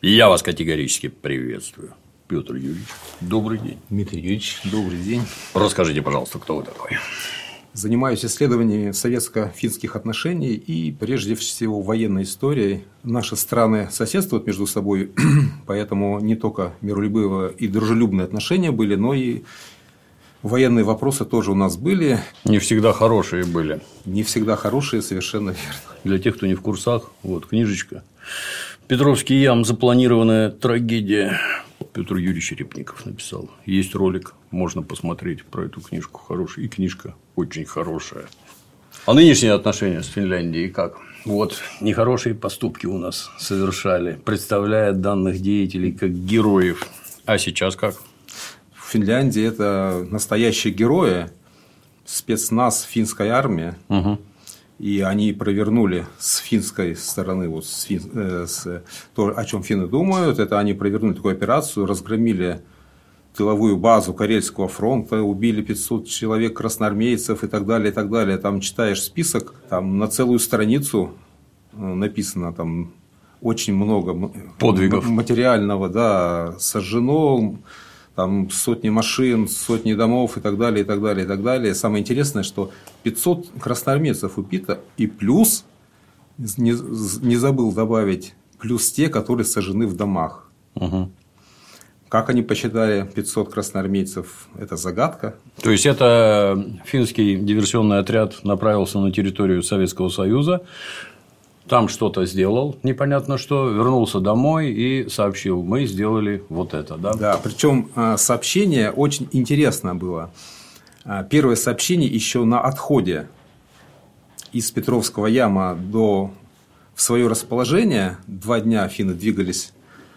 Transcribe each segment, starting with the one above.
Я вас категорически приветствую. Петр Юрьевич, добрый день. Дмитрий Юрьевич, добрый день. Расскажите, пожалуйста, кто вы такой? Занимаюсь исследованиями советско-финских отношений и, прежде всего, военной историей. Наши страны соседствуют между собой, поэтому не только миролюбивые и дружелюбные отношения были, но и военные вопросы тоже у нас были. Не всегда хорошие были. Не всегда хорошие, совершенно верно. Для тех, кто не в курсах, вот книжечка. Петровский ям. Запланированная трагедия. Петр Юрьевич Репников написал. Есть ролик, можно посмотреть про эту книжку. Хорошая. И книжка очень хорошая. А нынешние отношения с Финляндией как? Вот нехорошие поступки у нас совершали, представляя данных деятелей как героев. А сейчас как? В Финляндии это настоящие герои, спецназ финской армии. Угу. И они провернули с финской стороны, вот то, о чем финны думают, это они провернули такую операцию, разгромили тыловую базу Карельского фронта, убили 500 человек красноармейцев и так далее, и так далее. Там читаешь список, там на целую страницу написано там очень много подвигов материального, да, сожжено. Там сотни машин, сотни домов и так далее, и так далее, и так далее. Самое интересное, что 500 красноармейцев убито, и плюс, не забыл добавить, плюс те, которые сожжены в домах. Угу. Как они посчитали 500 красноармейцев, это загадка. То есть, это финский диверсионный отряд направился на территорию Советского Союза, там что-то сделал, непонятно что, вернулся домой и сообщил: мы сделали вот это, да? Да, причем сообщение очень интересно было. Первое сообщение еще на отходе из Петровского яма в свое расположение. 2 дня финны двигались.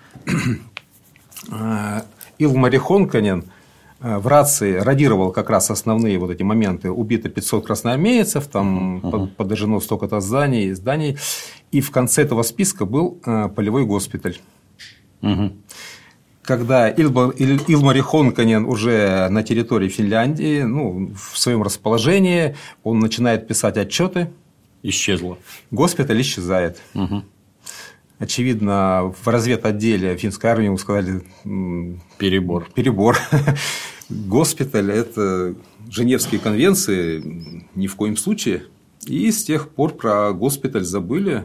Илмари Хонканен в рации радировал как раз основные вот эти моменты. Убито 500 красноармейцев, там подожжено столько-то зданий. И в конце этого списка был полевой госпиталь. Когда Илмари Хонканен уже на территории Финляндии, в своем расположении, он начинает писать отчеты. Исчезло. Госпиталь исчезает. Очевидно, в разведотделе финской армии ему сказали: перебор. Госпиталь – это Женевские конвенции, ни в коем случае. И с тех пор про госпиталь забыли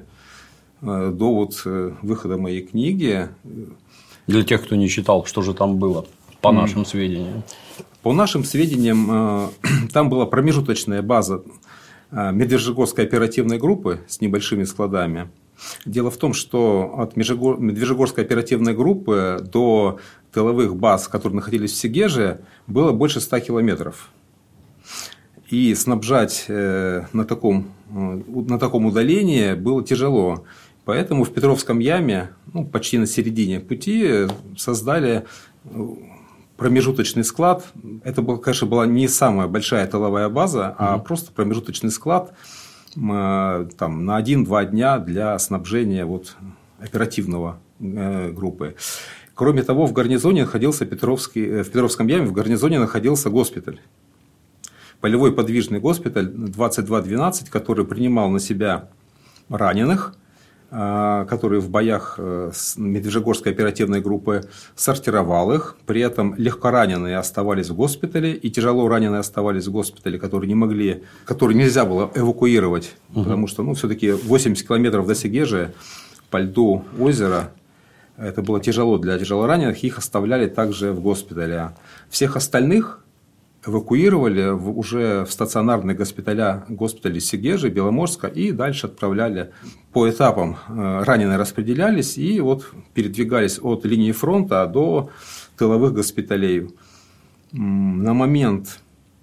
до выхода моей книги. Для тех, кто не читал, что же там было, по нашим сведениям? По нашим сведениям, там была промежуточная база Медвежьегорской оперативной группы с небольшими складами. Дело в том, что от Медвежьегорской оперативной группы до тыловых баз, которые находились в Сегеже, было больше 100 километров. И снабжать на таком удалении было тяжело. Поэтому в Петровском яме, почти на середине пути, создали промежуточный склад. Это, конечно, была не самая большая тыловая база, а просто промежуточный склад на 1-2 дня для снабжения оперативного группы. Кроме того, в гарнизоне находился в Петровском яме в гарнизоне находился госпиталь. Полевой подвижный госпиталь 2212, который принимал на себя раненых, которые в боях с Медвежьегорской оперативной группы, сортировал их. При этом легкораненые оставались в госпитале, и тяжело раненые оставались в госпитале, которые нельзя было эвакуировать, потому что все-таки 80 километров до Сегежи по льду озера. Это было тяжело для тяжелораненых, их оставляли также в госпитале. Всех остальных эвакуировали уже в стационарные госпитали Сегежи, Беломорска, и дальше отправляли по этапам. Раненые распределялись и передвигались от линии фронта до тыловых госпиталей. На момент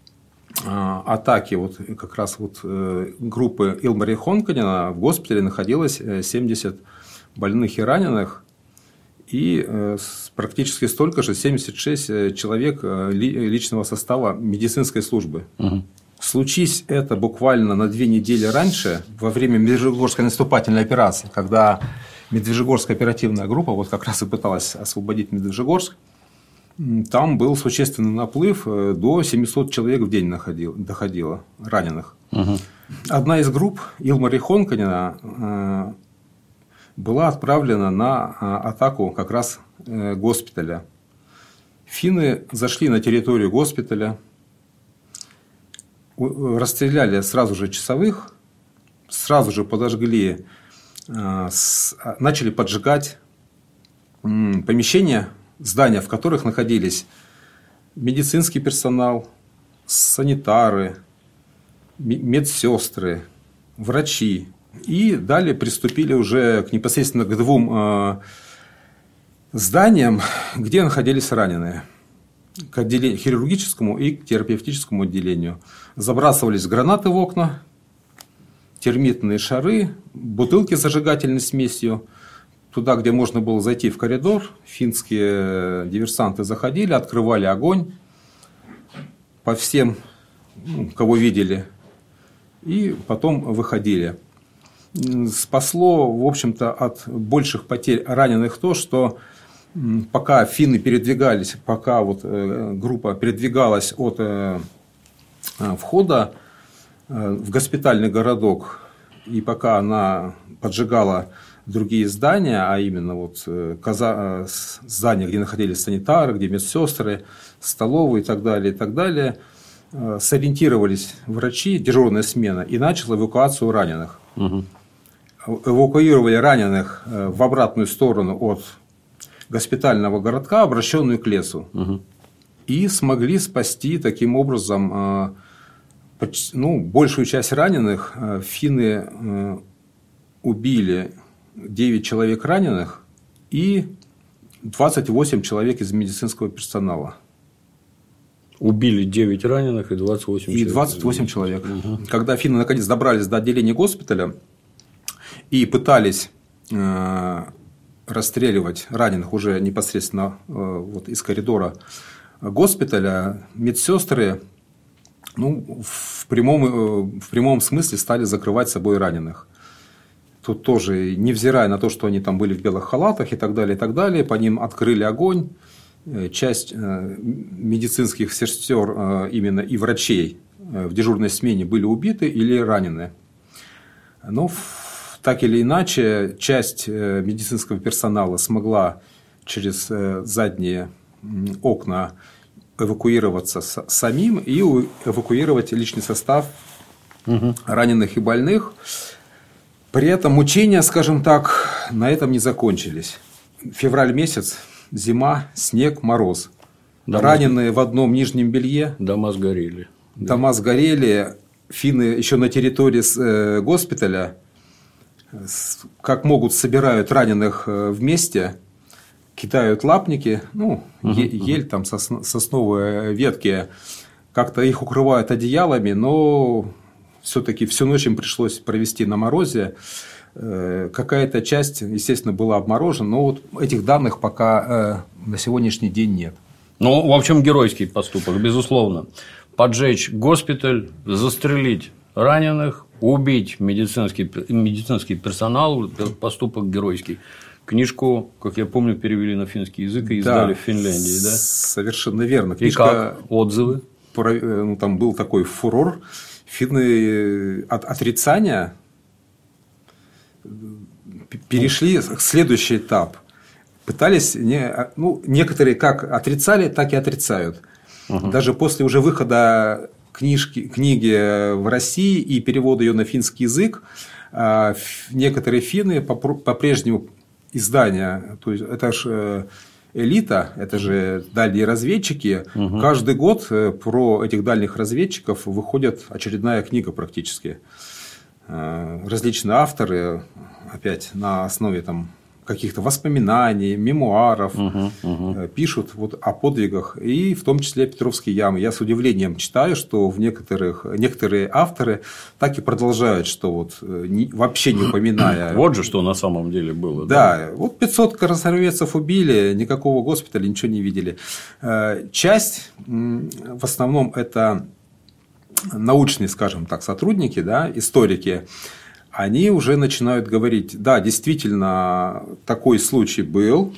атаки как раз группы Илмари Хонканена в госпитале находилось 70 больных и раненых. И практически столько же, 76 человек личного состава медицинской службы. Случись это буквально на 2 недели раньше, во время Медвежьегорской наступательной операции, когда Медвежьегорская оперативная группа как раз и пыталась освободить Медвежьегорск, там был существенный наплыв, до 700 человек в день доходило раненых. Одна из групп Илмари Хонканена была отправлена на атаку как раз госпиталя. Финны зашли на территорию госпиталя, расстреляли сразу же часовых, сразу же подожгли, начали поджигать помещения, здания, в которых находились медицинский персонал, санитары, медсестры, врачи. И далее приступили уже непосредственно к двум зданиям, где находились раненые. К хирургическому и к терапевтическому отделению. Забрасывались гранаты в окна, термитные шары, бутылки с зажигательной смесью. Туда, где можно было зайти в коридор, финские диверсанты заходили, открывали огонь по всем, кого видели, и потом выходили. Спасло, в общем-то, от больших потерь раненых то, что пока финны передвигались, пока вот группа передвигалась от входа в госпитальный городок, и пока она поджигала другие здания, а именно вот здания, где находились санитары, где медсестры, столовые и так далее, сориентировались врачи, дежурная смена, и начала эвакуацию раненых. Угу. Эвакуировали раненых в обратную сторону от госпитального городка, обращенную к лесу. Угу. И смогли спасти таким образом большую часть раненых. Финны убили 9 человек раненых и 28 человек из медицинского персонала. Убили 9 раненых и 28 человек. И 28 человек. Угу. Когда финны наконец добрались до отделения госпиталя и пытались расстреливать раненых уже непосредственно вот из коридора госпиталя, медсестры в прямом смысле стали закрывать собой раненых. Тут тоже, невзирая на то, что они там были в белых халатах и так далее, по ним открыли огонь. Часть медицинских сестер именно и врачей в дежурной смене были убиты или ранены. Но так или иначе, часть медицинского персонала смогла через задние окна эвакуироваться самим и эвакуировать личный состав раненых и больных. При этом мучения, скажем так, на этом не закончились. Февраль месяц, зима, снег, мороз. Раненые в одном нижнем белье. Дома сгорели. Дома сгорели. Финны еще на территории госпиталя, как могут, собирают раненых вместе, кидают лапники, ель, там, сосновые ветки, как-то их укрывают одеялами, но все-таки всю ночь им пришлось провести на морозе. Какая-то часть, естественно, была обморожена, но вот этих данных пока на сегодняшний день нет. Ну, в общем, геройский поступок, безусловно. Поджечь госпиталь, застрелить раненых, убить медицинский персонал – поступок геройский. Книжку, как я помню, перевели на финский язык и издали в Финляндии, да? Совершенно верно. Книжка, и как? Отзывы? Там был такой фурор. Финны от отрицания перешли к следующий этап. Пытались, некоторые как отрицали, так и отрицают. Угу. Даже после уже выхода книги в России и перевода ее на финский язык, некоторые финны по-прежнему издания, то есть это же элита, это же дальние разведчики. Угу. Каждый год про этих дальних разведчиков выходит очередная книга практически. Различные авторы, опять на основе там каких-то воспоминаний, мемуаров, пишут вот о подвигах, и в том числе Петровские ямы. Я с удивлением читаю, что некоторые авторы так и продолжают, что вот вообще не упоминая. Вот же что на самом деле было. Да, вот 500 красноармейцев убили, никакого госпиталя, ничего не видели. Часть, в основном, это научные, скажем так, сотрудники, да, историки. Они уже начинают говорить, да, действительно, такой случай был,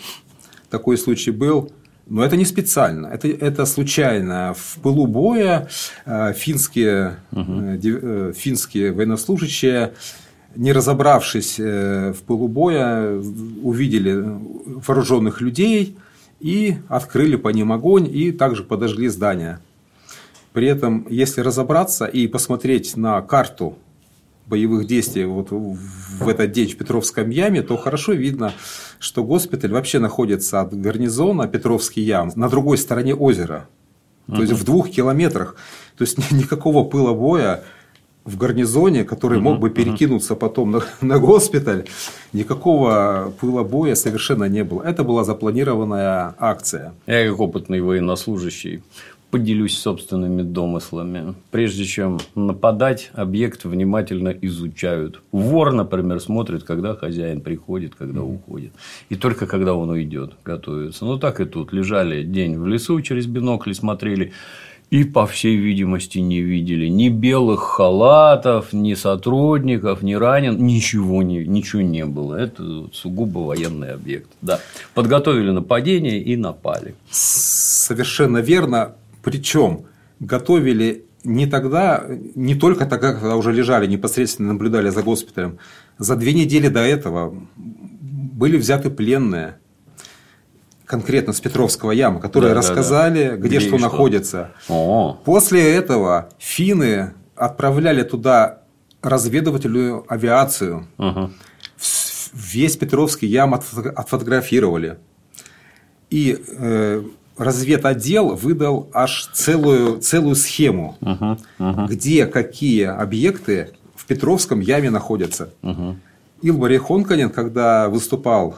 но это не специально, это случайно. В пылу боя финские военнослужащие не разобравшись в пылу боя, увидели вооруженных людей и открыли по ним огонь и также подожгли здание. При этом, если разобраться и посмотреть на карту боевых действий вот в этот день в Петровском яме, то хорошо видно, что госпиталь вообще находится от гарнизона Петровский ям на другой стороне озера. То есть в 2 километрах. То есть никакого пыла боя в гарнизоне, который мог бы перекинуться потом на госпиталь, никакого пыла боя совершенно не было. Это была запланированная акция. Я, как опытный военнослужащий, поделюсь собственными домыслами. Прежде чем нападать, объект внимательно изучают. Вор, например, смотрит, когда хозяин приходит, когда уходит. И только когда он уйдет, готовится. Ну, так и тут. Лежали день в лесу, через бинокли смотрели. И, по всей видимости, не видели ни белых халатов, ни сотрудников, ни раненых. Ничего не было. Это сугубо военный объект. Да. Подготовили нападение и напали. Совершенно верно. Причем готовили не только тогда, когда уже лежали, непосредственно наблюдали за госпиталем. За 2 недели до этого были взяты пленные, конкретно с Петровского яма, которые рассказали, где что находится. После этого финны отправляли туда разведывательную авиацию. Весь Петровский ям отфотографировали. И разведотдел выдал аж целую схему, где какие объекты в Петровском яме находятся. Илмари Хонканен, когда выступал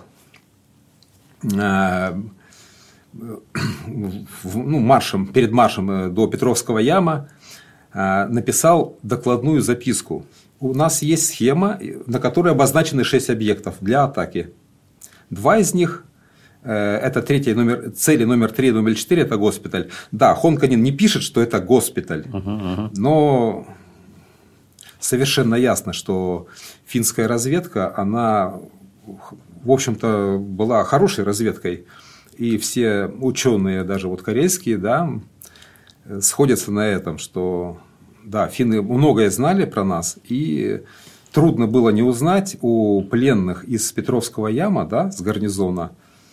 перед маршем до Петровского яма, написал докладную записку. У нас есть схема, на которой обозначены 6 объектов для атаки. 2 из них это цели номер 3 и номер 4 – это госпиталь. Да, Хонканен не пишет, что это госпиталь, но совершенно ясно, что финская разведка, она, в общем-то, была хорошей разведкой. И все ученые, даже вот корейские, да, сходятся на этом, что да, финны многое знали про нас, и трудно было не узнать у пленных из Петровского яма, да, с гарнизона,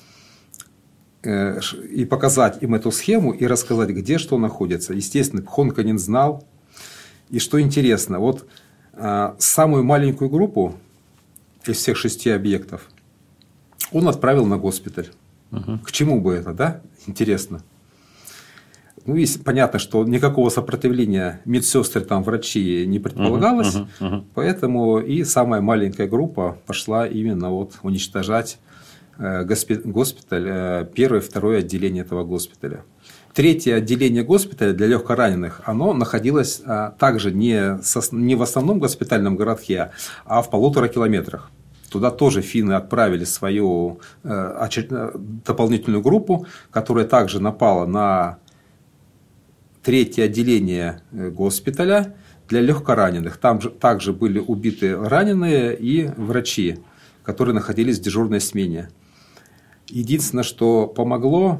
и показать им эту схему и рассказать, где что находится. Естественно, Хонканен знал. И что интересно, вот самую маленькую группу из всех 6 объектов он отправил на госпиталь. К чему бы это, да? Интересно. Ну, и понятно, что никакого сопротивления медсестры, там, врачи не предполагалось, поэтому и самая маленькая группа пошла именно вот уничтожать госпиталь, 1-е и 2-е отделение этого госпиталя. 3-е отделение госпиталя для легкораненых, оно находилось также не в основном госпитальном городке, а в 1,5 километрах. Туда тоже финны отправили свою дополнительную группу, которая также напала на 3-е отделение госпиталя для легкораненых. Там же также были убиты раненые и врачи, которые находились в дежурной смене. Единственное, что помогло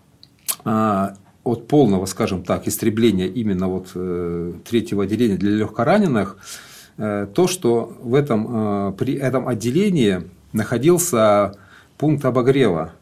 от полного, скажем так, истребления именно вот 3-го отделения для легкораненых, то, что при этом отделении находился пункт обогрева.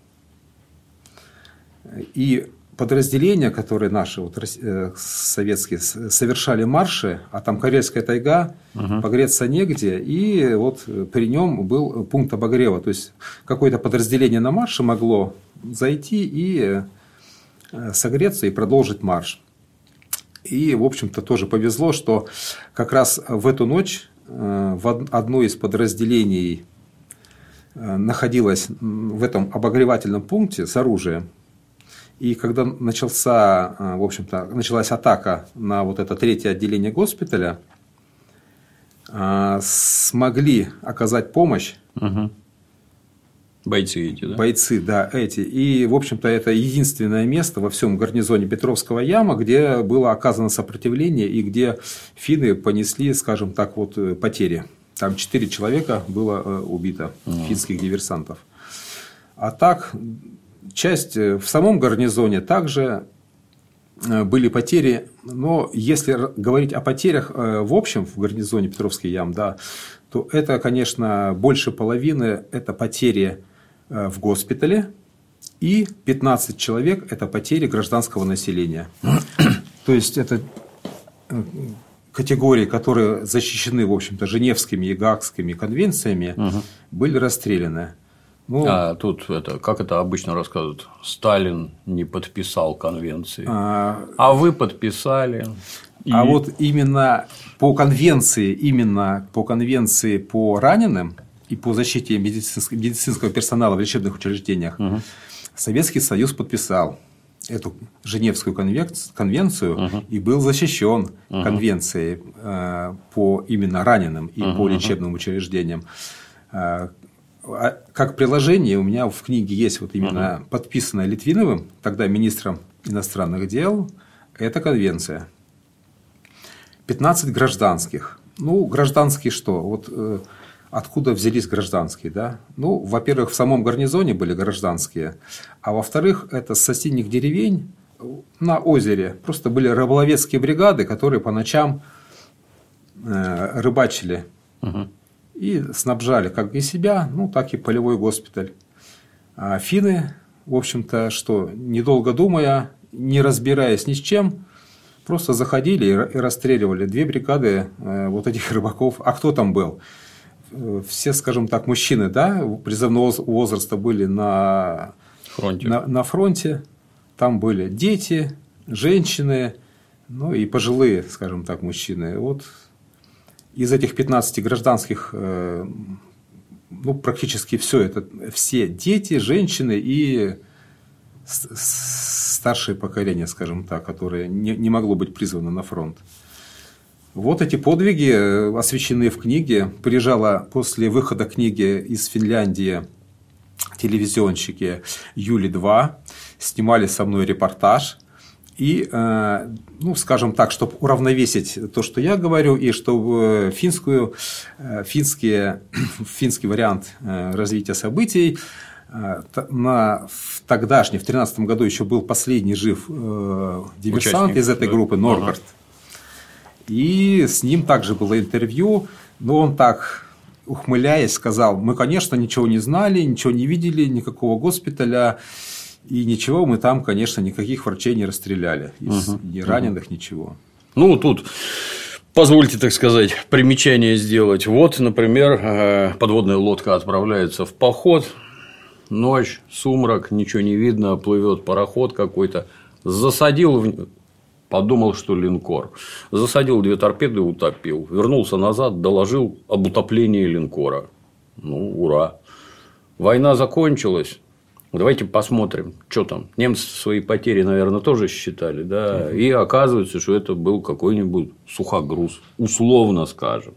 И подразделения, которые наши советские совершали марши, а там Карельская тайга, погреться негде, и вот при нем был пункт обогрева. То есть какое-то подразделение на марше могло зайти и согреться и продолжить марш. И, в общем-то, тоже повезло, что как раз в эту ночь в одно из подразделений находилось в этом обогревательном пункте с оружием. И когда началась атака на вот это 3-е отделение госпиталя, смогли оказать помощь. Бойцы эти, да? Бойцы, да, эти. И, в общем-то, это единственное место во всем гарнизоне Петровского яма, где было оказано сопротивление и где финны понесли, скажем так, вот потери. Там 4 человека было убито, финских диверсантов. А так, часть в самом гарнизоне также были потери, но если говорить о потерях в общем в гарнизоне Петровский ям, да, то это, конечно, больше половины – это потери в госпитале, и 15 человек – это потери гражданского населения. То есть, это категории, которые защищены, в общем-то, Женевскими и Гаагскими конвенциями, были расстреляны. Ну, тут как это обычно рассказывают, Сталин не подписал конвенции, а вы подписали. А вот именно по конвенции по раненым и по защите медицинского персонала в лечебных учреждениях Советский Союз подписал эту Женевскую конвенцию и был защищен конвенцией по именно раненым и по лечебным учреждениям. Как приложение у меня в книге есть вот именно подписанная Литвиновым, тогда министром иностранных дел, эта конвенция. 15 гражданских. Ну, гражданские что? Вот откуда взялись гражданские, да? Ну, во-первых, в самом гарнизоне были гражданские, а во-вторых, это с соседних деревень на озере просто были рыболовецкие бригады, которые по ночам рыбачили и снабжали как и себя, ну, так и полевой госпиталь. А финны, в общем-то, что, недолго думая, не разбираясь ни с чем, просто заходили и расстреливали 2 бригады вот этих рыбаков. А кто там был? Все, скажем так, мужчины, да, призывного возраста были на фронте. Там были дети, женщины, ну и пожилые, скажем так, мужчины. Вот из этих 15 гражданских, ну, практически все дети, женщины и старшее поколение, скажем так, которое не могло быть призвано на фронт. Вот эти подвиги освещены в книге. Приезжала после выхода книги из Финляндии телевизионщики Юли-2, снимали со мной репортаж. И, ну, скажем так, чтобы уравновесить то, что я говорю, и чтобы финский вариант развития событий, в 2013 году еще был последний жив диверсант из этой группы, Норгард. И с ним также было интервью, но он так, ухмыляясь, сказал: мы, конечно, ничего не знали, ничего не видели, никакого госпиталя, и ничего, мы там, конечно, никаких врачей не расстреляли, ни раненых, ничего. Ну, тут позвольте, так сказать, примечание сделать. Вот, например, подводная лодка отправляется в поход, ночь, сумрак, ничего не видно, плывет пароход какой-то, засадил, подумал, что линкор, засадил 2 торпеды, утопил, вернулся назад, доложил об утоплении линкора. Ну, ура! Война закончилась. Давайте посмотрим, что там. Немцы свои потери, наверное, тоже считали, да, и оказывается, что это был какой-нибудь сухогруз, условно скажем.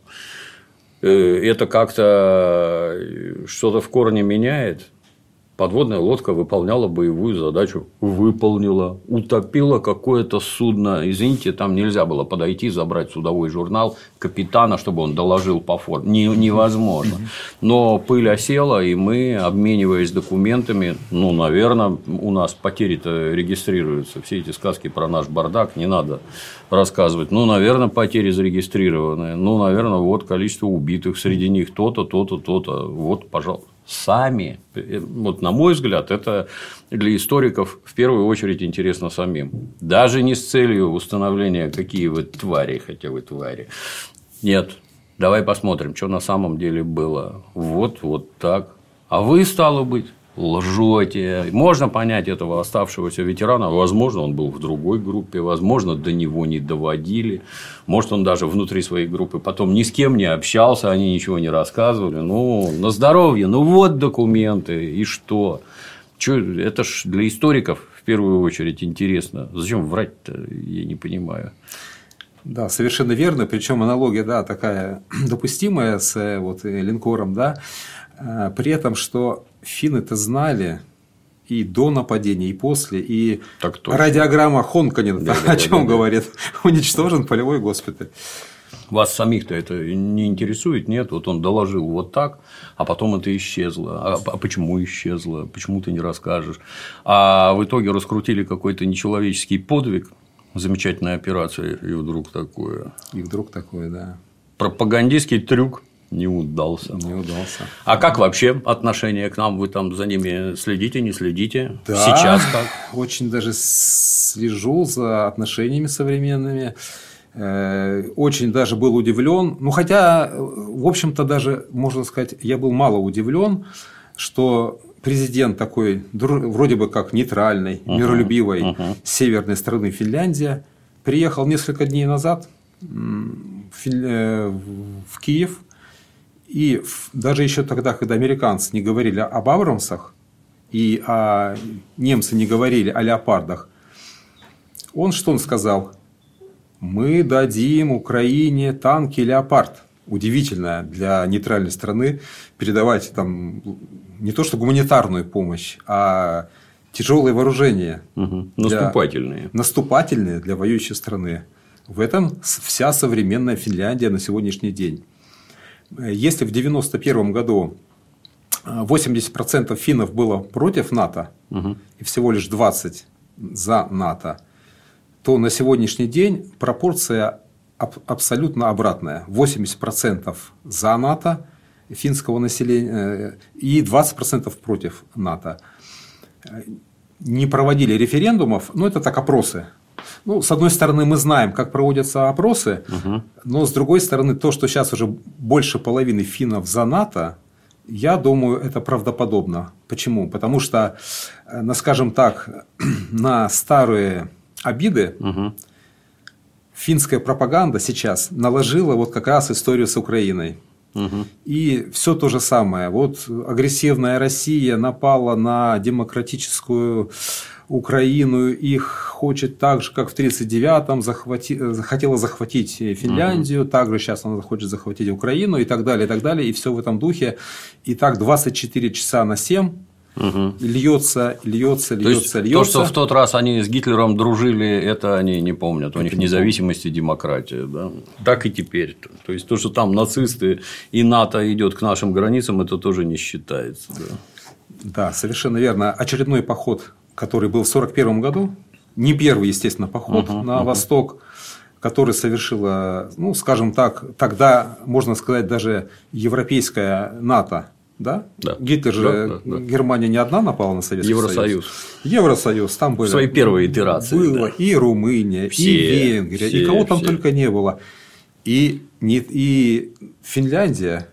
Это как-то что-то в корне меняет. Подводная лодка выполняла боевую задачу, выполнила, утопила какое-то судно. Извините, там нельзя было подойти, забрать судовой журнал капитана, чтобы он доложил по форме. Невозможно. Но пыль осела, и мы, обмениваясь документами, ну, наверное, у нас потери-то регистрируются. Все эти сказки про наш бардак не надо рассказывать. Ну, наверное, потери зарегистрированы. Ну, наверное, вот количество убитых, среди них то-то, то-то, то-то. Вот, пожалуйста. Сами, вот на мой взгляд, это для историков в первую очередь интересно самим. Даже не с целью установления, какие вы твари, хотя вы твари. Нет, давай посмотрим, что на самом деле было. Вот так. А вы, стало быть, лжете. Можно понять этого оставшегося ветерана. Возможно, он был в другой группе, возможно, до него не доводили. Может, он даже внутри своей группы потом ни с кем не общался, они ничего не рассказывали. Ну, на здоровье, ну вот документы, и что? Это ж для историков в первую очередь интересно. Зачем врать-то, я не понимаю. Да, совершенно верно. Причем аналогия, да, такая допустимая с вот линкором, да. При этом, что финны-то знали и до нападения, и после, и радиограмма Хонканен, о чем говорит, уничтожен полевой госпиталь. Вас самих-то это не интересует, нет? Вот он доложил вот так, а потом это исчезло. А почему исчезло? Почему ты не расскажешь? А в итоге раскрутили какой-то нечеловеческий подвиг, замечательная операция, и вдруг такое. Да. Пропагандистский трюк не удался. А как вообще отношение к нам? Вы там за ними следите, не следите? Да, сейчас как? Очень даже слежу за отношениями современными. Очень даже был удивлен. Ну, хотя, в общем-то, даже, можно сказать, я был мало удивлен, что президент такой, вроде бы как нейтральной, миролюбивой северной страны Финляндия, приехал несколько дней назад в Киев. И даже еще тогда, когда американцы не говорили об Абрамсах, и немцы не говорили о леопардах, он сказал? Мы дадим Украине танки «Леопард». Удивительно для нейтральной страны передавать там не то что гуманитарную помощь, а тяжелое вооружение. Наступательные для воюющей страны. В этом вся современная Финляндия на сегодняшний день. Если в 1991 году 80% финнов было против НАТО и всего лишь 20% за НАТО, то на сегодняшний день пропорция абсолютно обратная. 80% за НАТО финского населения и 20% против НАТО. Не проводили референдумов, но это так опросы. Ну, с одной стороны, мы знаем, как проводятся опросы, но с другой стороны, то, что сейчас уже больше половины финнов за НАТО, я думаю, это правдоподобно. Почему? Потому что, скажем так, на старые обиды финская пропаганда сейчас наложила вот как раз историю с Украиной. И все то же самое. Вот агрессивная Россия напала на демократическую Украину, их хочет так же, как в 1939-м хотела захватить Финляндию, также сейчас она хочет захватить Украину и так далее, и все в этом духе. И так 24 часа на 7 льется. То, что в тот раз они с Гитлером дружили, это они не помнят. У них независимость и демократия. Да? Так и теперь. То есть, то, что там нацисты и НАТО идет к нашим границам, это тоже не считается. Да, совершенно верно. Очередной поход, который был в 1941 году, не первый, естественно, поход на восток, который совершила, ну, скажем так, тогда, можно сказать, даже европейская НАТО. Да? Да. Гитлер же, Германия не одна напала на Советский Союз. Евросоюз. Там были, свои первые итерации. Было и Румыния, и Венгрия, и кого там только не было. И Финляндия,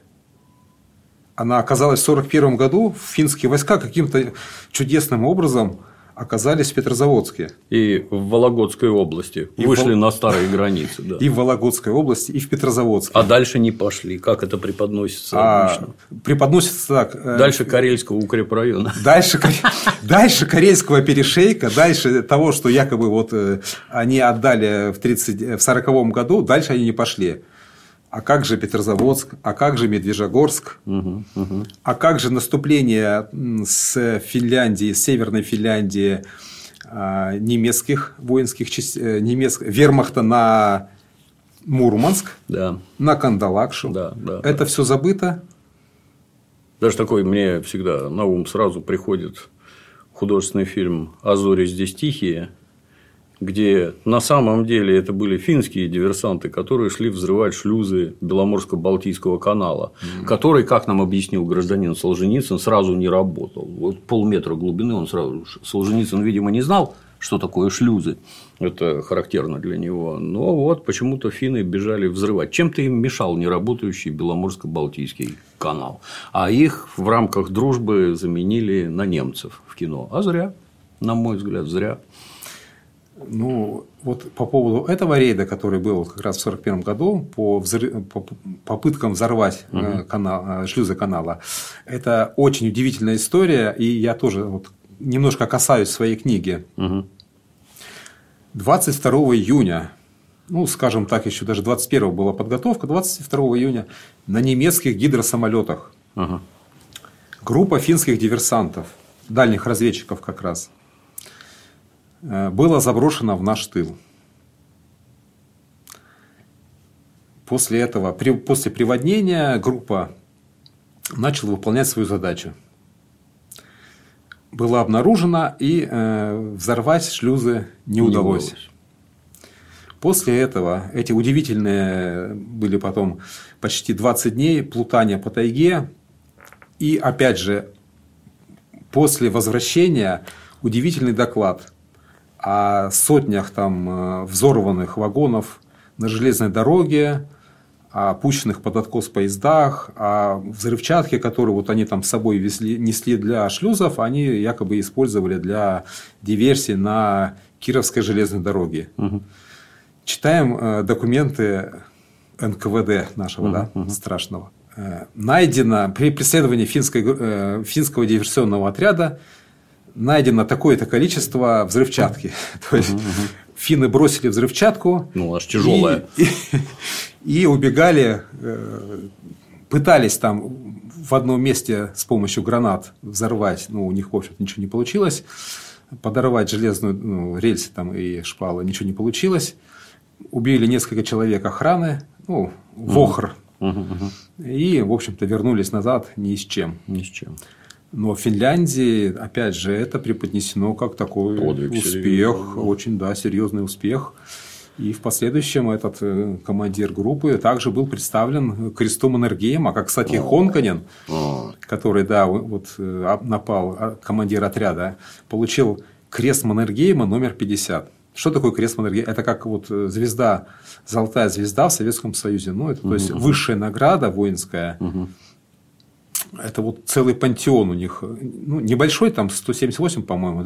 она оказалась в 1941 году, финские войска каким-то чудесным образом оказались в Петрозаводске. И в Вологодской области. Вышли на старые границы. Да. И в Вологодской области, и в Петрозаводске. А дальше не пошли. Как это преподносится обычно? Преподносится так. Дальше Карельского укрепрайона. Дальше Карельского перешейка, дальше того, что якобы вот они отдали в 1940 году, дальше они не пошли. А как же Петрозаводск? А как же Медвежьегорск? А как же наступление с Финляндии, с Северной Финляндии немецких воинских частей, вермахта на Мурманск, на Кандалакшу? Это все забыто? Даже такой мне всегда на ум сразу приходит художественный фильм «А зори здесь тихие», где на самом деле это были финские диверсанты, которые шли взрывать шлюзы Беломорско-Балтийского канала, который, как нам объяснил гражданин Солженицын, сразу не работал. Вот полметра глубины он сразу. Солженицын, видимо, не знал, что такое шлюзы. Это характерно для него. Но вот почему-то финны бежали взрывать. Чем-то им мешал неработающий Беломорско-Балтийский канал. А их в рамках дружбы заменили на немцев в кино. А зря, на мой взгляд, зря. Ну, вот по поводу этого рейда, который был как раз в 1941 году, по попыткам взорвать шлюзы канала, это очень удивительная история, и я тоже вот немножко касаюсь своей книги. 22 июня, ну, скажем так, еще даже 21 была подготовка, 22 июня на немецких гидросамолетах группа финских диверсантов, дальних разведчиков как раз, была заброшена в наш тыл. После этого, после приводнения, группа начала выполнять свою задачу. Была обнаружена, и взорвать шлюзы не удалось. После этого эти удивительные были потом почти 20 дней плутания по тайге. И опять же, после возвращения удивительный доклад о сотнях там взорванных вагонов на железной дороге, о пущенных под откос поездах, о взрывчатке, которую вот они там с собой несли для шлюзов, они якобы использовали для диверсии на Кировской железной дороге. Угу. Читаем документы НКВД нашего, страшного. Найдено при преследовании финского диверсионного отряда найдено такое-то количество взрывчатки. То есть финны бросили взрывчатку, аж тяжелая, и убегали, пытались там в одном месте с помощью гранат взорвать, у них, в общем-то, ничего не получилось, подорвать железную рельсы там и шпалы, ничего не получилось, убили несколько человек охраны, вохр, и, в общем-то, вернулись назад ни с чем. Ни с чем. Но в Финляндии, опять же, это преподнесено как такой подвиг, успех, очень серьезный успех. И в последующем этот командир группы также был представлен крестом Маннергейма, как, кстати, Хонканен, который напал, командир отряда, получил крест Маннергейма номер 50. Что такое крест Маннергейма? Это как звезда, золотая звезда в Советском Союзе. Это то есть высшая награда воинская. Это целый пантеон у них, небольшой, там 178, по-моему,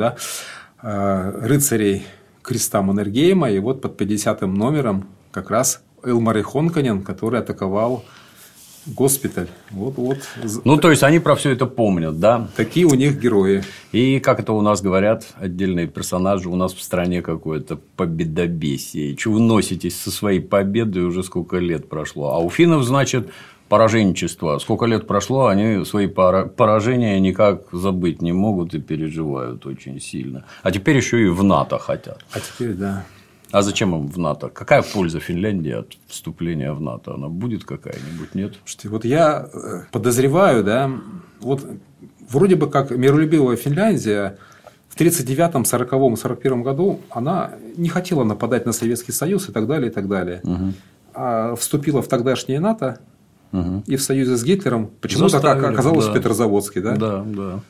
рыцарей креста Маннергейма, и под 50-м номером как раз Илмари Хонканен, который атаковал госпиталь. То есть они про все это помнят, да? Такие у них герои. И как это у нас говорят отдельные персонажи, у нас в стране какое-то победобесие. Чего вы носитесь со своей победой, уже сколько лет прошло. А у финнов, значит, пораженчество. Сколько лет прошло, они свои поражения никак забыть не могут и переживают очень сильно. А теперь еще и в НАТО хотят. А теперь, да. А зачем им в НАТО? Какая польза Финляндии от вступления в НАТО? Она будет какая-нибудь, нет? Слушайте, я подозреваю, вроде бы как миролюбивая Финляндия в 1939, 1940, 1941 году она не хотела нападать на Советский Союз и так далее, и так далее. А вступила в тогдашнее НАТО. И в союзе с Гитлером почему-то оказалось в Петрозаводске. Да.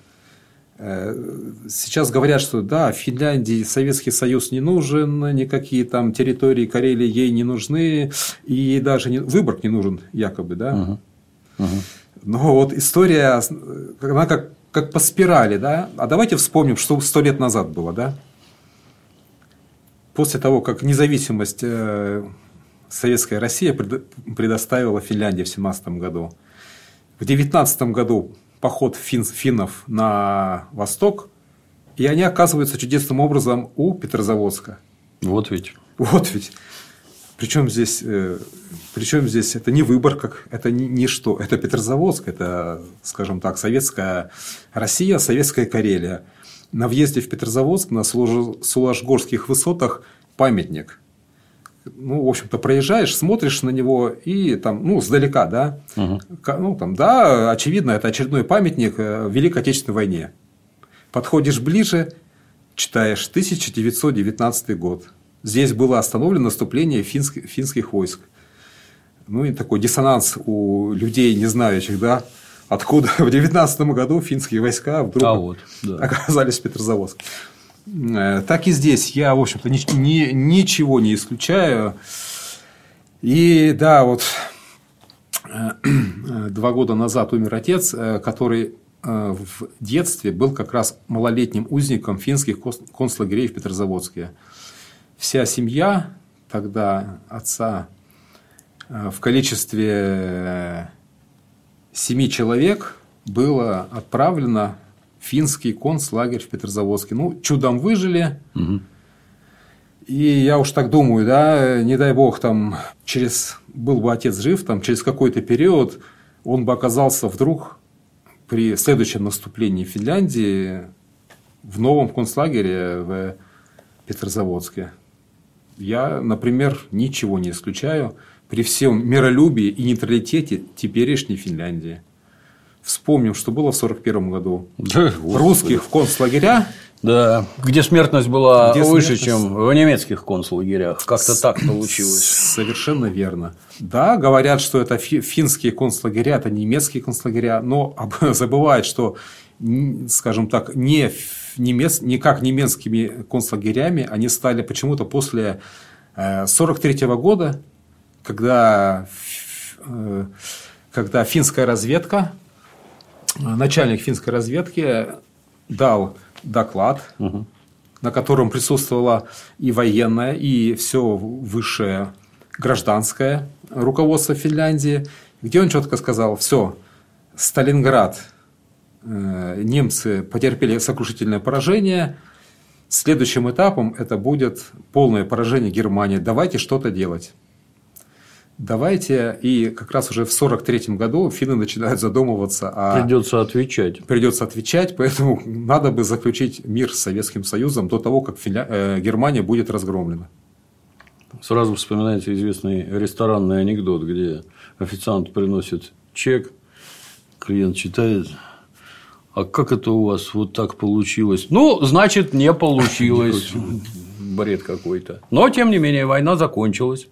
Сейчас говорят, что в Финляндии Советский Союз не нужен, никакие там территории Карелии ей не нужны, и ей даже Выборг не нужен, якобы. Но история, она как по спирали. А давайте вспомним, что 100 лет назад было. После того, как независимость Советская Россия предоставила Финляндии в 1917 году. В 1919 году поход финнов на восток, и они оказываются чудесным образом у Петрозаводска. Вот ведь. Причем здесь это не Выборг, это не что, это Петрозаводск, это, скажем так, Советская Россия, Советская Карелия. На въезде в Петрозаводск на Суложгорских высотах памятник. В общем-то, проезжаешь, смотришь на него и там, сдалека, очевидно, это очередной памятник Великой Отечественной войне. Подходишь ближе, читаешь 1919 год. Здесь было остановлено наступление финских войск. И такой диссонанс у людей, не знающих, откуда в 19 году финские войска вдруг оказались в Петрозаводске. Так и здесь я, в общем-то, ничего не исключаю. И 2 года назад умер отец, который в детстве был как раз малолетним узником финских концлагерей в Петрозаводске. Вся семья тогда отца в количестве 7 человек была отправлена финский концлагерь в Петрозаводске. Чудом выжили. И я уж так думаю, не дай бог, был бы отец жив, через какой-то период он бы оказался вдруг при следующем наступлении Финляндии в новом концлагере в Петрозаводске. Я, например, ничего не исключаю при всем миролюбии и нейтралитете теперешней Финляндии. Вспомним, что было в 1941 году. Русских в концлагеря Да, где смертность была выше, чем в немецких концлагерях. Как-то так получилось. Совершенно верно. Да, говорят, что это финские концлагеря, это немецкие концлагеря, но забывают, что, скажем так, не как немецкими концлагерями они стали почему-то после 1943 года, когда финская разведка, начальник финской разведки дал доклад, на котором присутствовало и военное, и все высшее гражданское руководство Финляндии, где он четко сказал: все, Сталинград, немцы потерпели сокрушительное поражение, следующим этапом это будет полное поражение Германии, давайте что-то делать. Давайте, и как раз уже в 1943 году финны начинают задумываться Придется отвечать, поэтому надо бы заключить мир с Советским Союзом до того, как Германия будет разгромлена. Сразу вспоминается известный ресторанный анекдот, где официант приносит чек, клиент читает: а как это у вас вот так получилось? Ну, значит, не получилось. Бред какой-то. Но, тем не менее, война закончилась.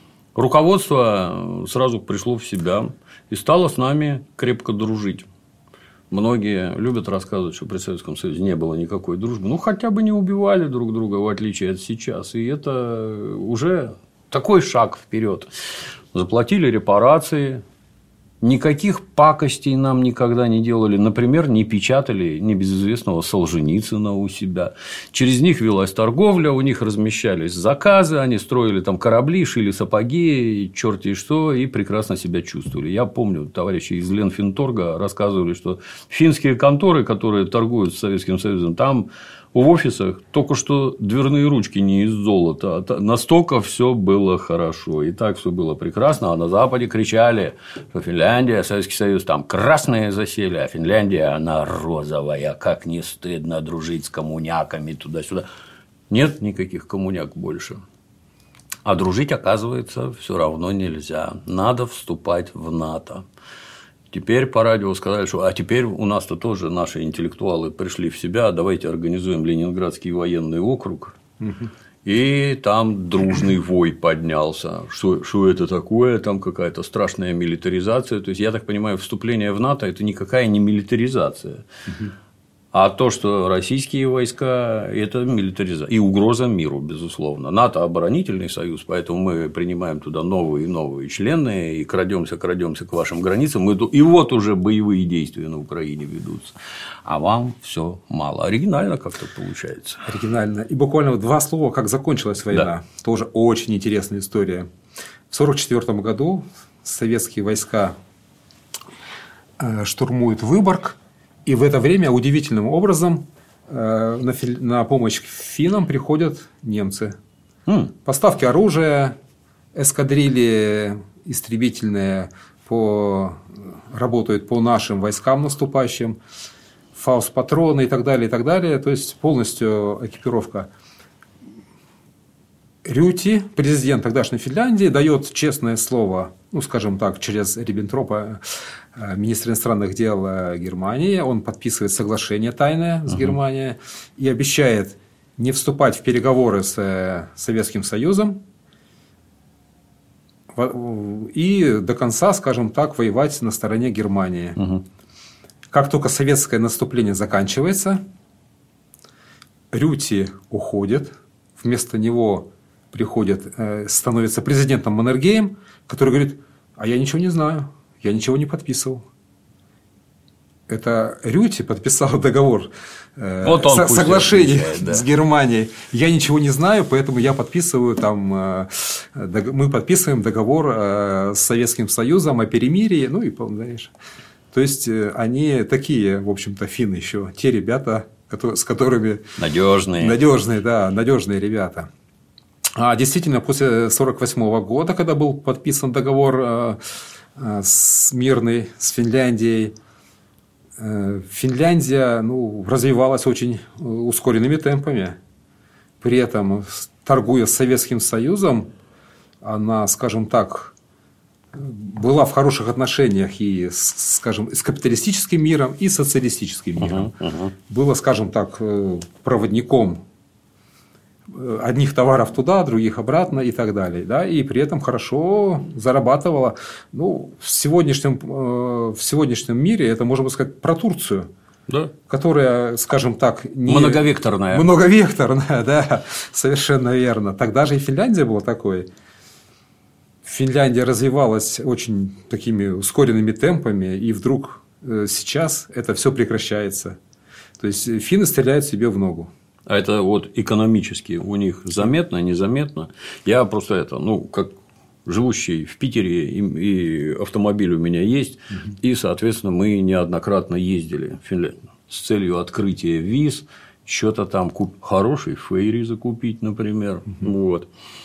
Руководство сразу пришло в себя и стало с нами крепко дружить. Многие любят рассказывать, что при Советском Союзе не было никакой дружбы. Ну, хотя бы не убивали друг друга, в отличие от сейчас. И это уже такой шаг вперед. Заплатили репарации. Никаких пакостей нам никогда не делали. Например, не печатали небезызвестного Солженицына у себя. Через них велась торговля, у них размещались заказы, они строили там корабли, шили сапоги, черти что, и прекрасно себя чувствовали. Я помню, товарищи из Ленфинторга рассказывали, что финские конторы, которые торгуют с Советским Союзом, там в офисах только что дверные ручки не из золота. Настолько все было хорошо. И так все было прекрасно. А на Западе кричали, что Финляндия, Советский Союз, там красные засели, а Финляндия, она розовая. Как не стыдно дружить с коммуняками туда-сюда. Нет никаких коммуняк больше. А дружить, оказывается, все равно нельзя. Надо вступать в НАТО. Теперь по радио сказали, что а теперь у нас-то тоже наши интеллектуалы пришли в себя, давайте организуем Ленинградский военный округ. И там дружный вой поднялся. Что это такое? Там какая-то страшная милитаризация. То есть, я так понимаю, вступление в НАТО – это никакая не милитаризация. А то, что российские войска – это милитаризация и угроза миру, безусловно. НАТО – оборонительный союз, поэтому мы принимаем туда новые и новые члены и крадемся к вашим границам. И вот уже боевые действия на Украине ведутся. А вам все мало. Оригинально как-то получается. Оригинально. И буквально 2 слова, как закончилась война. Да. Тоже очень интересная история. В 1944 году советские войска штурмуют Выборг. И в это время удивительным образом на помощь финнам приходят немцы. Поставки оружия, эскадрильи истребительные работают по нашим войскам наступающим, фаустпатроны и так далее, и так далее. То есть, полностью экипировка. Рюти, президент тогдашней Финляндии, дает честное слово, ну, скажем так, через Риббентропа, министра иностранных дел Германии. Он подписывает соглашение тайное с Германией и обещает не вступать в переговоры с Советским Союзом и до конца, скажем так, воевать на стороне Германии. Как только советское наступление заканчивается, Рюти уходит, вместо него становится президентом Маннергейм, который говорит: а я ничего не знаю, я ничего не подписывал. Это Рюти подписал договор, соглашение с Германией. Я ничего не знаю, поэтому я подписываю мы подписываем договор с Советским Союзом о перемирии, ну и дальше. То есть, они такие, в общем-то, финны еще, те ребята, с которыми… Надежные, надежные ребята. А действительно, после 1948 года, когда был подписан договор мирный с Финляндией, Финляндия развивалась очень ускоренными темпами. При этом, торгуя с Советским Союзом, она, скажем так, была в хороших отношениях и, скажем, с капиталистическим миром, и социалистическим миром. Была, скажем так, проводником одних товаров туда, других обратно и так далее. Да? И при этом хорошо зарабатывала. Ну, в сегодняшнем мире это, можно сказать, про Турцию. Да. Которая, скажем так, многовекторная. Многовекторная, да, совершенно верно. Тогда же и Финляндия была такой. Финляндия развивалась очень такими ускоренными темпами, и вдруг сейчас это все прекращается. То есть финны стреляют себе в ногу. А это вот экономически у них заметно, незаметно. Я просто как живущий в Питере, и автомобиль у меня есть, и, соответственно, мы неоднократно ездили в Финляндию с целью открытия виз, что-то там хороший фейри закупить, например. Вот.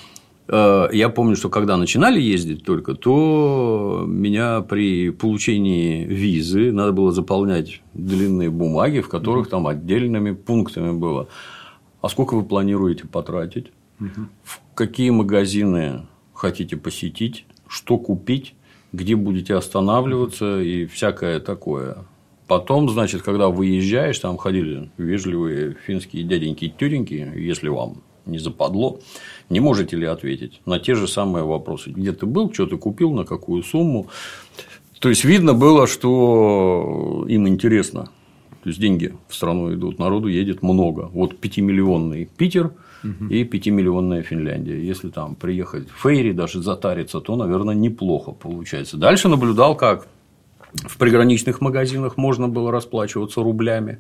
Я помню, что когда начинали ездить только, то меня при получении визы надо было заполнять длинные бумаги, в которых там отдельными пунктами было. А сколько вы планируете потратить? В какие магазины хотите посетить? Что купить? Где будете останавливаться? И всякое такое. Потом, значит, когда выезжаешь, там ходили вежливые финские дяденьки и тетеньки, если вам не западло, не можете ли ответить на те же самые вопросы. Где ты был, что ты купил, на какую сумму. То есть, видно было, что им интересно. То есть, деньги в страну идут, народу едет много. Вот 5-миллионный Питер и 5-миллионная Финляндия. Если там приехать в фейри, даже затариться, то, наверное, неплохо получается. Дальше наблюдал, как в приграничных магазинах можно было расплачиваться рублями.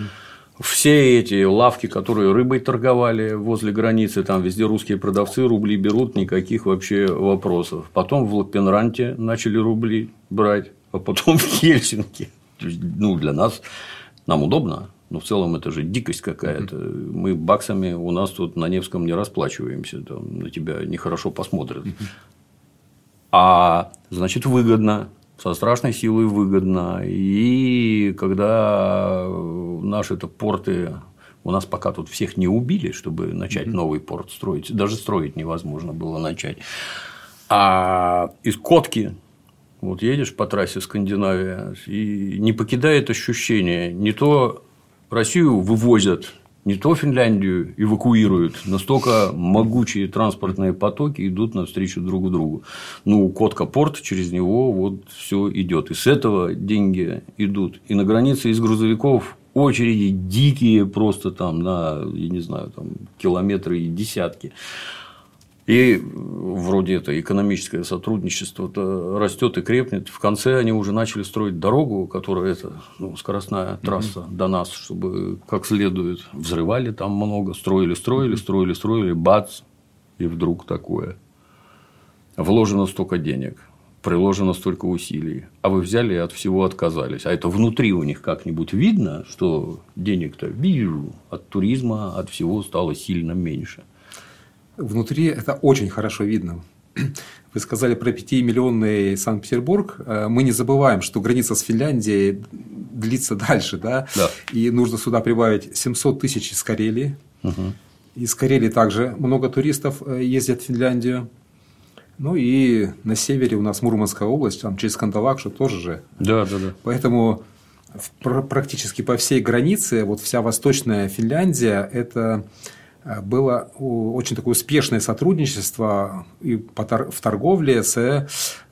Все эти лавки, которые рыбой торговали возле границы, там везде русские продавцы рубли берут, никаких вообще вопросов. Потом в Лаппенранте начали рубли брать, а потом в Хельсинки. Для нас, нам удобно, но в целом это же дикость какая-то. Мы баксами у нас тут на Невском не расплачиваемся, там на тебя нехорошо посмотрят. А значит, выгодно. Со страшной силой выгодно. И когда наши-то порты, у нас пока тут всех не убили, чтобы начать новый порт строить, даже строить невозможно было начать. А из Котки вот едешь по трассе Скандинавия, и не покидает ощущение, не то Россию вывозят, не то Финляндию эвакуируют, настолько могучие транспортные потоки идут навстречу друг другу. Котка-порт, через него вот все идет. И с этого деньги идут. И на границе из грузовиков очереди дикие просто там на, я не знаю, там километры и десятки. И вроде это экономическое сотрудничество растет и крепнет. В конце они уже начали строить дорогу, которая скоростная трасса до нас, чтобы как следует. Взрывали там много, строили, бац, и вдруг такое. Вложено столько денег, приложено столько усилий, а вы взяли и от всего отказались. А это внутри у них как-нибудь видно, что денег-то вижу, от туризма, от всего стало сильно меньше. Внутри это очень хорошо видно. Вы сказали про 5-миллионный Санкт-Петербург. Мы не забываем, что граница с Финляндией длится дальше. Да? Да. И нужно сюда прибавить 700 тысяч из Карелии. Из Карелии также много туристов ездят в Финляндию. И на севере у нас Мурманская область, там через Кандалакшу тоже же. Да. Поэтому практически по всей границе, вот вся восточная Финляндия, это было очень такое успешное сотрудничество и в торговле с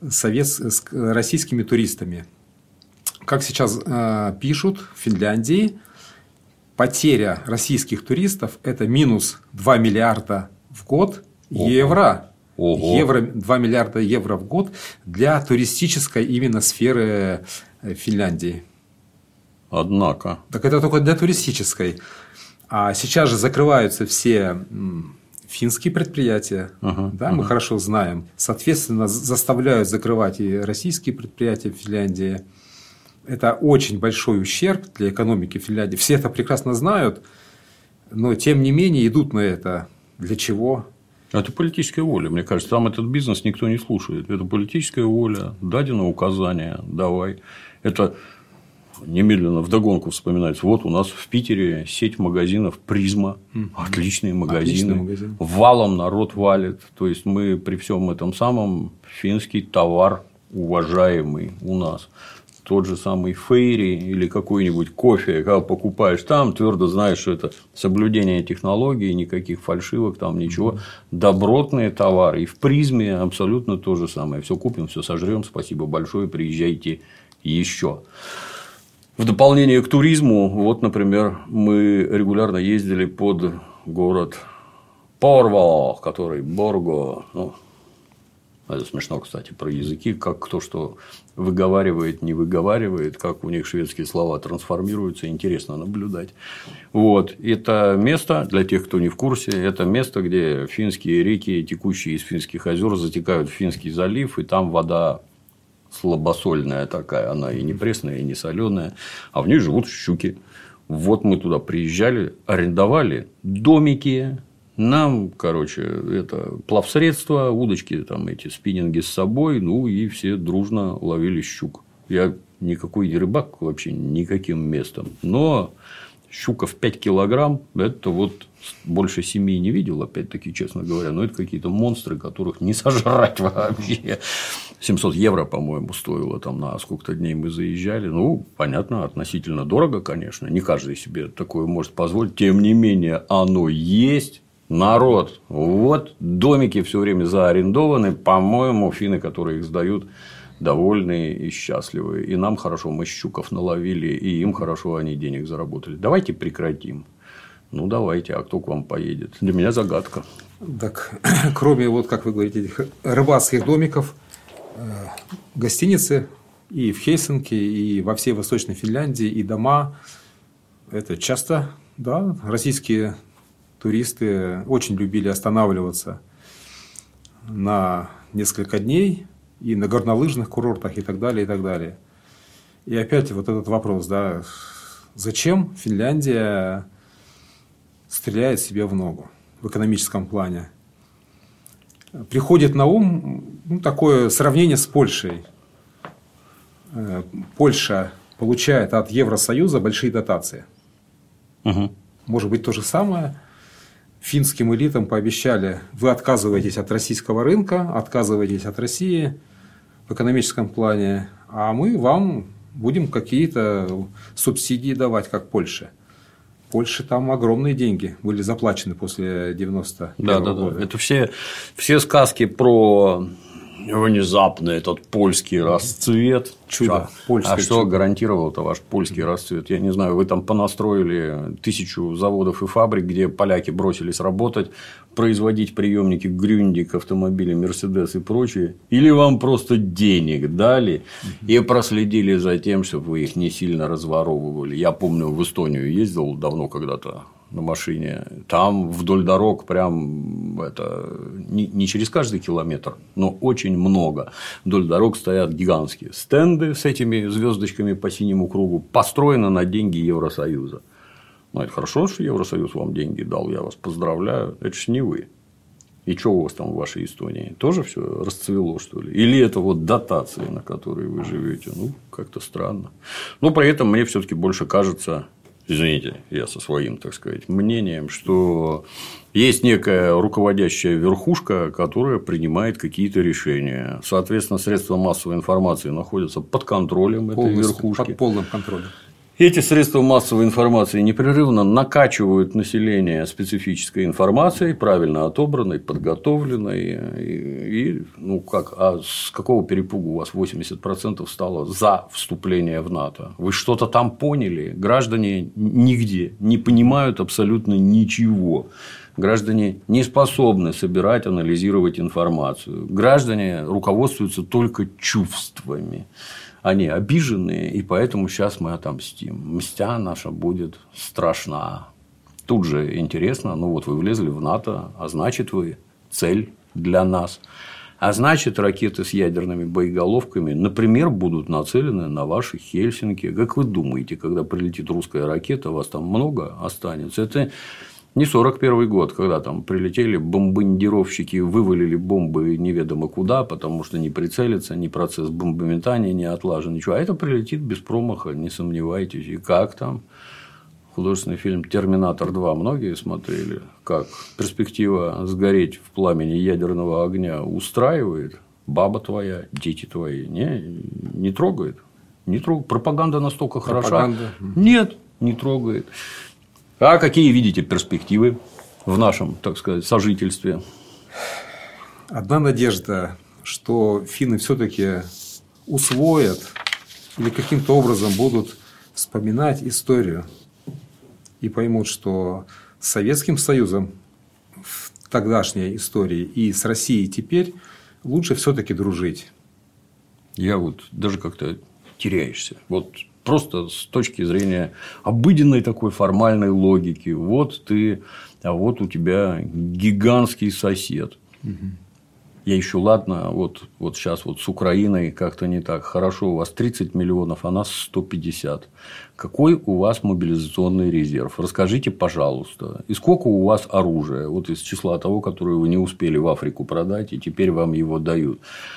российскими туристами. Как сейчас пишут в Финляндии, потеря российских туристов – это минус 2 миллиарда в год евро. 2 миллиарда евро в год для туристической именно сферы Финляндии. Однако. Так это только для туристической. А сейчас же закрываются все финские предприятия, мы хорошо знаем. Соответственно, заставляют закрывать и российские предприятия в Финляндии. Это очень большой ущерб для экономики Финляндии. Все это прекрасно знают, но тем не менее идут на это. Для чего? Это политическая воля. Мне кажется, там этот бизнес никто не слушает. Это политическая воля, дадено указание, давай. Это немедленно вдогонку вспоминается. Вот у нас в Питере сеть магазинов «Призма». Отличные магазины. Валом народ валит. То есть, мы при всем этом самом финский товар уважаемый у нас. Тот же самый Фейри или какой-нибудь кофе, когда покупаешь там, твердо знаешь, что это соблюдение технологий, никаких фальшивок, там ничего. Добротные товары. И в «Призме» абсолютно то же самое. Все купим, все сожрем. Спасибо большое. Приезжайте еще. В дополнение к туризму, вот, например, мы регулярно ездили под город Порво, который Борго. Ну, это смешно, кстати, про языки, как кто что выговаривает, не выговаривает, как у них шведские слова трансформируются, интересно наблюдать. Вот. Это место, для тех, кто не в курсе, это место, где финские реки, текущие из Финских озер, затекают в Финский залив, и там вода слабосольная такая, она и не пресная, и не соленая, а в ней живут щуки. Вот мы туда приезжали, арендовали домики. Нам, короче, это плавсредства, удочки, там эти спиннинги с собой, ну и все дружно ловили щук. Я никакой не рыбак вообще никаким местом, но щука в 5 килограмм, это вот больше 7 не видел, опять-таки, честно говоря, но это какие-то монстры, которых не сожрать вообще. 700 евро, по-моему, стоило там на сколько-то дней мы заезжали. Ну, понятно, относительно дорого, конечно, не каждый себе такое может позволить, тем не менее, оно есть. Народ, вот домики все время заарендованы, по-моему, финны, которые их сдают, довольные и счастливые. И нам хорошо, мы щуков наловили, и им хорошо, они денег заработали. Давайте прекратим. Ну, давайте, а кто к вам поедет? Для меня загадка. Так, кроме, вот, как вы говорите, этих рыбацких домиков, гостиницы и в Хельсинки, и во всей Восточной Финляндии, и дома. Это часто, да, российские туристы очень любили останавливаться на несколько дней и на горнолыжных курортах и так далее, и так далее. И опять вот этот вопрос, да, зачем Финляндия стреляет себе в ногу в экономическом плане? Приходит на ум такое сравнение с Польшей. Польша получает от Евросоюза большие дотации. Угу. Может быть, то же самое. Финским элитам пообещали: вы отказываетесь от российского рынка, отказываетесь от России в экономическом плане, а мы вам будем какие-то субсидии давать, как Польше. Польше там огромные деньги были заплачены после 91 года. Это все сказки про внезапный этот польский расцвет. Чудо. А что гарантировал-то ваш польский расцвет? Я не знаю, вы там понастроили 1000 заводов и фабрик, где поляки бросились работать, производить приемники Грюндик, автомобили Мерседес и прочее, или вам просто денег дали и проследили за тем, чтобы вы их не сильно разворовывали? Я помню, в Эстонию ездил давно когда-то на машине, там вдоль дорог прям это не через каждый километр, но очень много вдоль дорог стоят гигантские стенды с этими звездочками по синему кругу, построено на деньги Евросоюза. Ну, это хорошо, что Евросоюз вам деньги дал, я вас поздравляю, это ж не вы. И что у вас там в вашей Эстонии? Тоже все расцвело, что ли? Или это вот дотации, на которые вы живете? Ну, как-то странно. Но при этом мне все-таки больше кажется, извините, я со своим, так сказать, мнением, что есть некая руководящая верхушка, которая принимает какие-то решения. Соответственно, средства массовой информации находятся под контролем этой верхушки. Под полным контролем. Эти средства массовой информации непрерывно накачивают население специфической информацией, правильно отобранной, подготовленной. А с какого перепугу у вас 80% стало за вступление в НАТО? Вы что-то там поняли? Граждане нигде не понимают абсолютно ничего. Граждане не способны собирать, анализировать информацию. Граждане руководствуются только чувствами. Они обиженные, и поэтому сейчас мы отомстим. Мстя наша будет страшна. Тут же интересно, ну вот вы влезли в НАТО, а значит вы цель для нас. А значит, ракеты с ядерными боеголовками, например, будут нацелены на ваши Хельсинки. Как вы думаете, когда прилетит русская ракета, вас там много останется? Это Не 41 год, когда там прилетели бомбардировщики, вывалили бомбы неведомо куда, потому что не прицелиться, ни процесс бомбометания не отлажен, ничего. А это прилетит без промаха, не сомневайтесь. И как там? Художественный фильм «Терминатор 2» многие смотрели. Как перспектива сгореть в пламени ядерного огня устраивает? Баба твоя, дети твои не трогает. Не трогает. Пропаганда настолько хороша. Нет, не трогает. А какие видите перспективы в нашем, так сказать, сожительстве? Одна надежда, что финны все-таки усвоят или каким-то образом будут вспоминать историю и поймут, что с Советским Союзом в тогдашней истории и с Россией теперь лучше все-таки дружить. Я вот даже как-то теряешься. Вот просто с точки зрения обыденной такой формальной логики. Вот ты, а вот у тебя гигантский сосед. Угу. Я еще ладно, вот сейчас вот с Украиной как-то не так. Хорошо, у вас 30 миллионов, а нас 150. Какой у вас мобилизационный резерв? Расскажите, пожалуйста. И сколько у вас оружия? Вот из числа того, которое вы не успели в Африку продать, и теперь вам его дают.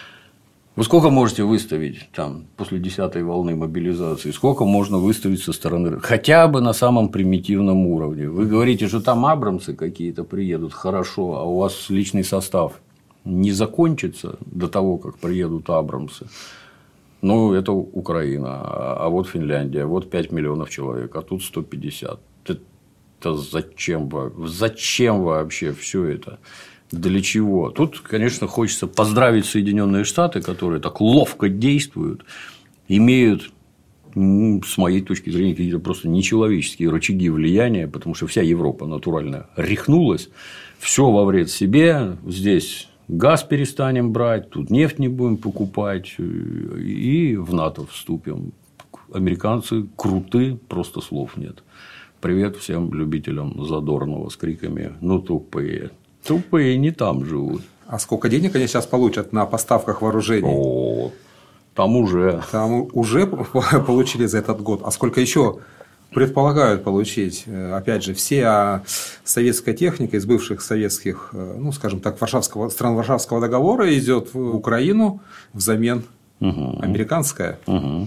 Вы сколько можете выставить там, после 10-й волны мобилизации? Сколько можно выставить со стороны? Хотя бы на самом примитивном уровне. Вы говорите, что там абрамсы какие-то приедут. Хорошо, а у вас личный состав не закончится до того, как приедут абрамсы. Ну, это Украина, а вот Финляндия, вот 5 миллионов человек, а тут 150. Это зачем вообще все это? Для чего? Тут, конечно, хочется поздравить Соединенные Штаты, которые так ловко действуют, имеют, с моей точки зрения, какие-то просто нечеловеческие рычаги влияния, потому что вся Европа натурально рехнулась, все во вред себе, здесь газ перестанем брать, тут нефть не будем покупать, и в НАТО вступим. Американцы круты, просто слов нет. Привет всем любителям Задорнова с криками «ну тупые». Тупые не там живут. А сколько денег они сейчас получат на поставках вооружений? Там уже получили за этот год. А сколько еще предполагают получить? Опять же, вся советская техника из бывших советских, ну, скажем так, стран Варшавского договора идет в Украину взамен американская.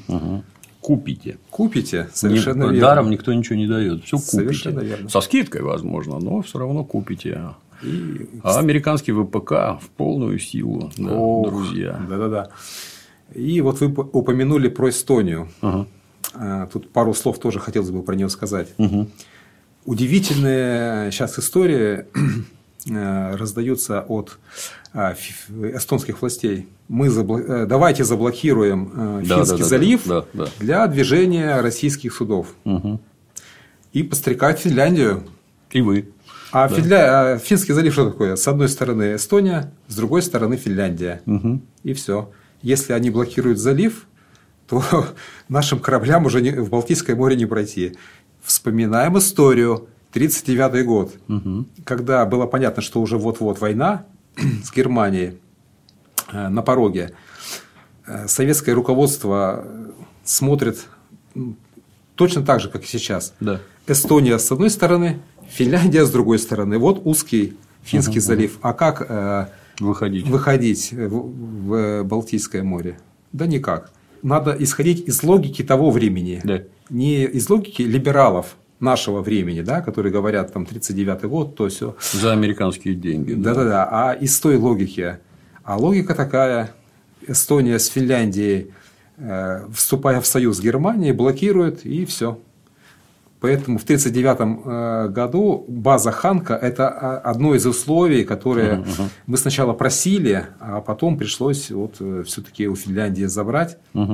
Купите, совершенно верно. Даром никто ничего не дает. Все купите. Совершенно верно. Со скидкой, возможно, но все равно купите. А американский ВПК в полную силу, друзья. Да. И вот вы упомянули про Эстонию. Тут пару слов тоже хотелось бы про нее сказать. Удивительная сейчас история раздаются от эстонских властей. Давайте заблокируем Финский залив для движения российских судов. И подстрекать Финляндию. И вы. Финский залив что такое? С одной стороны Эстония, с другой стороны Финляндия. И все. Если они блокируют залив, то нашим кораблям уже в Балтийское море не пройти. Вспоминаем историю. 1939 год, когда было понятно, что уже вот-вот война с Германией на пороге. Советское руководство смотрит точно так же, как и сейчас. Да. Эстония с одной стороны, Финляндия с другой стороны. Вот узкий Финский залив. А как выходить в Балтийское море? Да никак. Надо исходить из логики того времени. Да. Не из логики либералов нашего времени, да, которые говорят, там, 1939 год, то все. За американские деньги. Да. А из той логики. А логика такая: Эстония с Финляндией, вступая в союз с Германией, блокирует, и все. Поэтому в 1939 году база Ханка – это одно из условий, которые мы сначала просили, а потом пришлось все-таки у Финляндии забрать.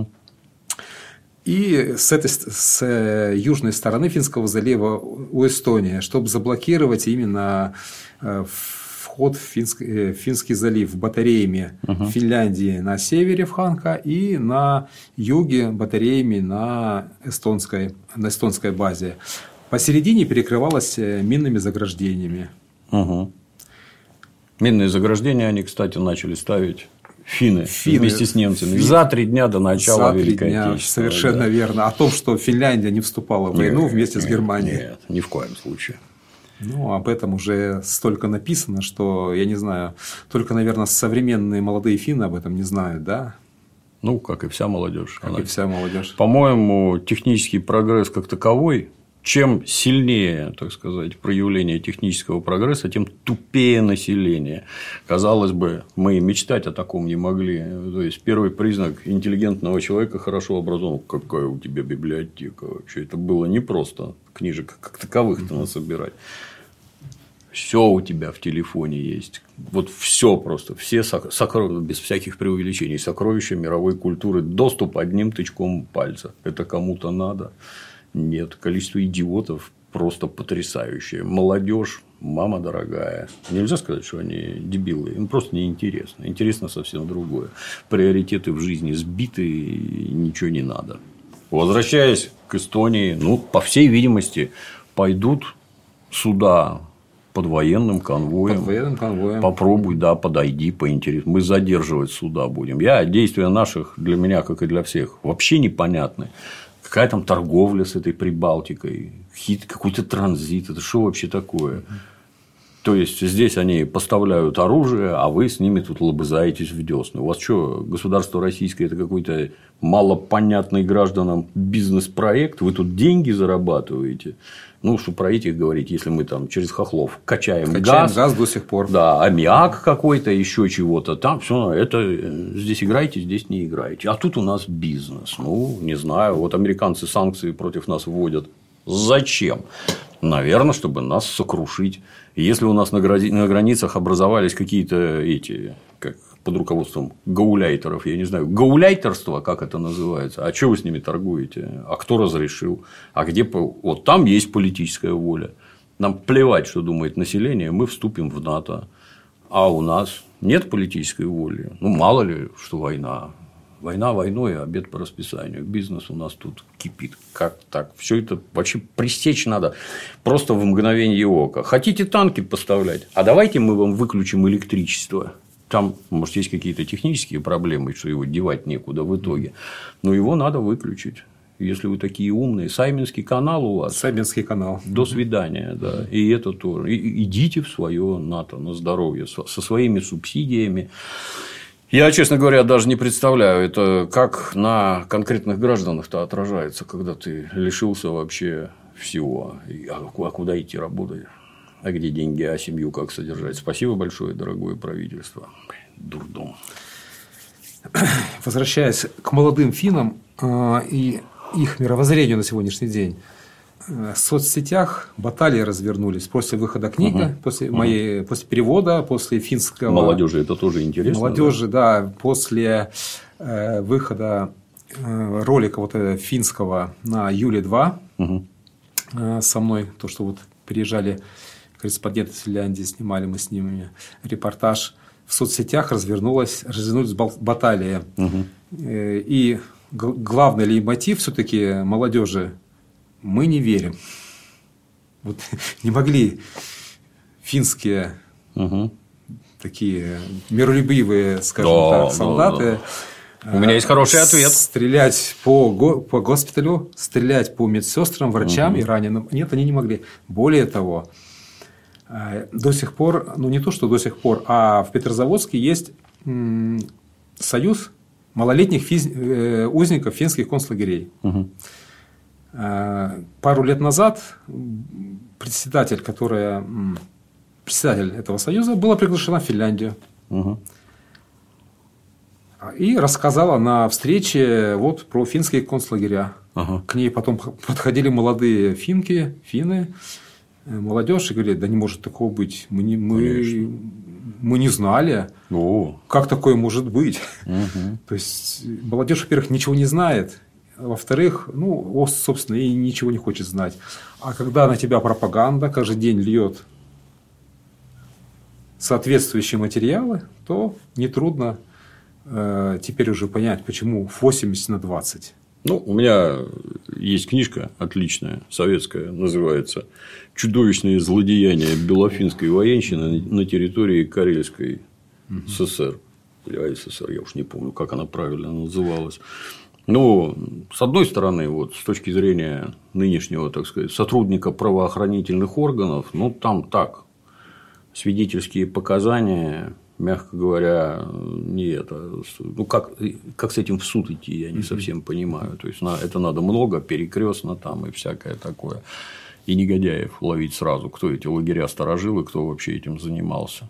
И с южной стороны Финского залива у Эстонии, чтобы заблокировать именно вход в Финский залив батареями Финляндии на севере в Ханка и на юге батареями на эстонской базе. Посередине перекрывалось минными заграждениями. Минные заграждения они, кстати, начали ставить финны вместе с немцами за 3 дня до начала Великой Отечественной. Совершенно верно. О том, что Финляндия не вступала в войну вместе с Германией. Нет, ни в коем случае. Ну, об этом уже столько написано, что, я не знаю, только, наверное, современные молодые финны об этом не знают, да? Ну, как и вся молодежь. Как и вся молодежь. По-моему, технический прогресс как таковой, чем сильнее, так сказать, проявление технического прогресса, тем тупее население. Казалось бы, мы мечтать о таком не могли. То есть, первый признак интеллигентного человека хорошо образован. Какая у тебя библиотека вообще? Это было непросто книжек как таковых-то насобирать. Все у тебя в телефоне есть. Вот все просто. Все без всяких преувеличений. Сокровища мировой культуры. Доступ одним тычком пальца. Это кому-то надо? Нет. Количество идиотов просто потрясающее. Молодежь, мама дорогая. Нельзя сказать, что они дебилы. Им просто неинтересно. Интересно совсем другое. Приоритеты в жизни сбиты, и ничего не надо. Возвращаясь к Эстонии, ну, по всей видимости, пойдут сюда под военным конвоем. Под военным конвоем. Попробуй, да, подойди, поинтересуйся. Мы задерживать суда будем. Действия наших для меня, как и для всех, вообще непонятны. Какая там торговля с этой Прибалтикой, какой-то транзит. Это что вообще такое? То есть, здесь они поставляют оружие, а вы с ними тут лобызаетесь в десны. У вас что, государство российское – это какой-то малопонятный гражданам бизнес-проект? Вы тут деньги зарабатываете? Ну, что про этих говорить, если мы там через хохлов качаем газ до сих пор. Да, аммиак какой-то, еще чего-то там, все это здесь играете, здесь не играете. А тут у нас бизнес. Ну, не знаю, вот американцы санкции против нас вводят. Зачем? Наверное, чтобы нас сокрушить. Если у нас на границах образовались какие-то как под руководством гауляйтеров, я не знаю, гауляйтерство, как это называется, а что вы с ними торгуете, а кто разрешил, а где, вот там есть политическая воля, нам плевать, что думает население, мы вступим в НАТО, а у нас нет политической воли, ну, мало ли, что война. Война войной, обед по расписанию. Бизнес у нас тут кипит. Как так? Все это вообще пресечь надо просто в мгновение ока. Хотите танки поставлять? А давайте мы вам выключим электричество. Там, может, есть какие-то технические проблемы, что его девать некуда в итоге. Но его надо выключить. Если вы такие умные. Сайминский канал у вас. Сайминский канал. До свидания. Да. И это тоже. Идите в свое НАТО на здоровье со своими субсидиями. Я, честно говоря, даже не представляю, это как на конкретных гражданах-то отражается, когда ты лишился вообще всего. А куда идти работать? А где деньги? А семью как содержать? Спасибо большое, дорогое правительство. Дурдом. Возвращаясь к молодым финнам и их мировоззрению на сегодняшний день. В соцсетях баталии развернулись после выхода книги, после перевода, после финского. Молодежи это тоже интересно. Молодежи, да, после выхода ролика вот финского на Юле-2 со мной, то, что вот приезжали корреспонденты из Финляндии, снимали мы с ними репортаж. В соцсетях развернулись баталии. И главный лейтмотив все-таки молодежи. Мы не верим. Вот не могли финские такие миролюбивые, скажем так, солдаты. У меня есть хороший ответ. Стрелять по госпиталю, стрелять по медсестрам, врачам и раненым. Нет, они не могли. Более того, до сих пор, ну не то, что до сих пор, а в Петрозаводске есть союз малолетних узников финских концлагерей. Пару лет назад председатель этого союза была приглашена в Финляндию. И рассказала на встрече вот про финские концлагеря. К ней потом подходили молодые финны, молодежь, и говорили, да не может такого быть. Мы не знали, как такое может быть. То есть, молодежь, во-первых, ничего не знает. Во-вторых, собственно, и ничего не хочет знать. А когда на тебя пропаганда каждый день льет соответствующие материалы, то нетрудно теперь уже понять, почему 80/20. У меня есть книжка отличная, советская, называется «Чудовищные злодеяния белофинской военщины на территории Карельской ССР». Или СССР, я уж не помню, как она правильно называлась. Ну, с одной стороны, вот, с точки зрения нынешнего, так сказать, сотрудника правоохранительных органов, ну, там так, свидетельские показания, мягко говоря, не это. Ну, как с этим в суд идти, я не совсем понимаю. То есть, это надо много, перекрестно там и всякое такое. И негодяев ловить сразу, кто эти лагеря сторожил и кто вообще этим занимался.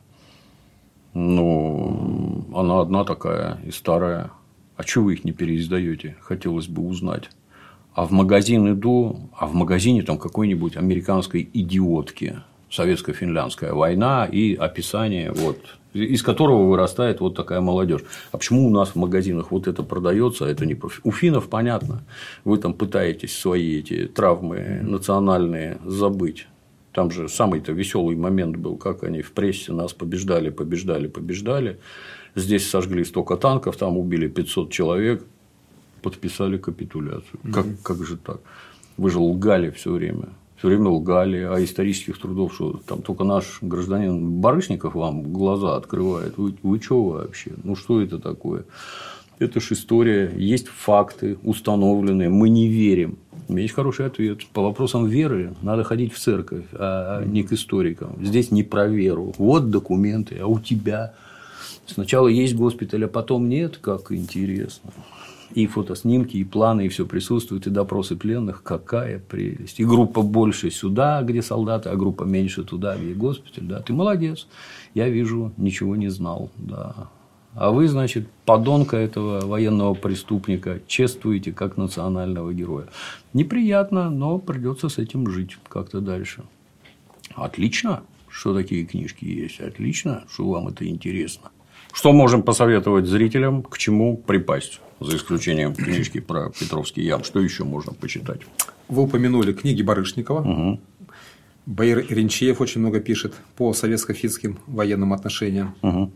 Ну, она одна такая и старая. А чего вы их не переиздаете? Хотелось бы узнать. А в магазин иду, а в магазине там какой-нибудь американской идиотки. Советско-финляндская война и описание, вот, из которого вырастает вот такая молодежь. А почему у нас в магазинах вот это продается, а это не у финнов понятно. Вы там пытаетесь свои эти травмы национальные забыть. Там же самый-то веселый момент был, как они в прессе нас побеждали. Здесь сожгли столько танков, там убили 500 человек, подписали капитуляцию. Как же так? Вы же лгали все время. Все время лгали, а исторических трудов, что там только наш гражданин Барышников вам глаза открывает. Вы что вообще? Ну, что это такое? Это ж история, есть факты установленные, мы не верим. У меня есть хороший ответ. По вопросам веры надо ходить в церковь, а не к историкам. Здесь не про веру. Вот документы, а у тебя сначала есть госпиталь, а потом нет, как интересно. И фотоснимки, и планы, и все присутствует, и допросы пленных. Какая прелесть. И группа больше сюда, где солдаты, а группа меньше туда, где госпиталь. Да, ты молодец. Я вижу, ничего не знал. Да. А вы, значит, подонка этого военного преступника чествуете как национального героя. Неприятно, но придется с этим жить как-то дальше. Отлично, что такие книжки есть. Отлично, что вам это интересно. Что можем посоветовать зрителям, к чему припасть? За исключением книжки про Петровский ям. Что еще можно почитать? Вы упомянули книги Барышникова. Угу. Баир Ренчеев очень много пишет по советско-финским военным отношениям. Угу.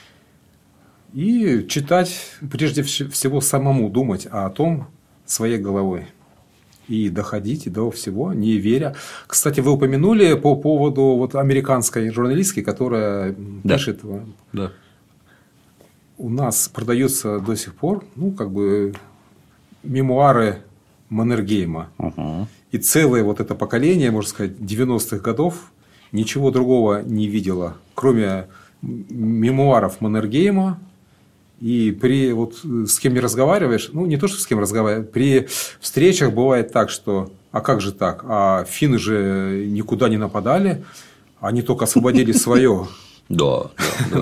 И читать, прежде всего, самому думать о том своей головой. И доходить до всего, не веря. Кстати, вы упомянули по поводу вот американской журналистки, которая пишет. Да. У нас продаются до сих пор, мемуары Маннергейма. Угу. И целое вот это поколение, можно сказать, 90-х годов ничего другого не видело, кроме мемуаров Маннергейма. И с кем не разговариваешь, не то, что с кем разговариваешь, при встречах бывает так, что а как же так? А финны же никуда не нападали, они только освободили свое. Да.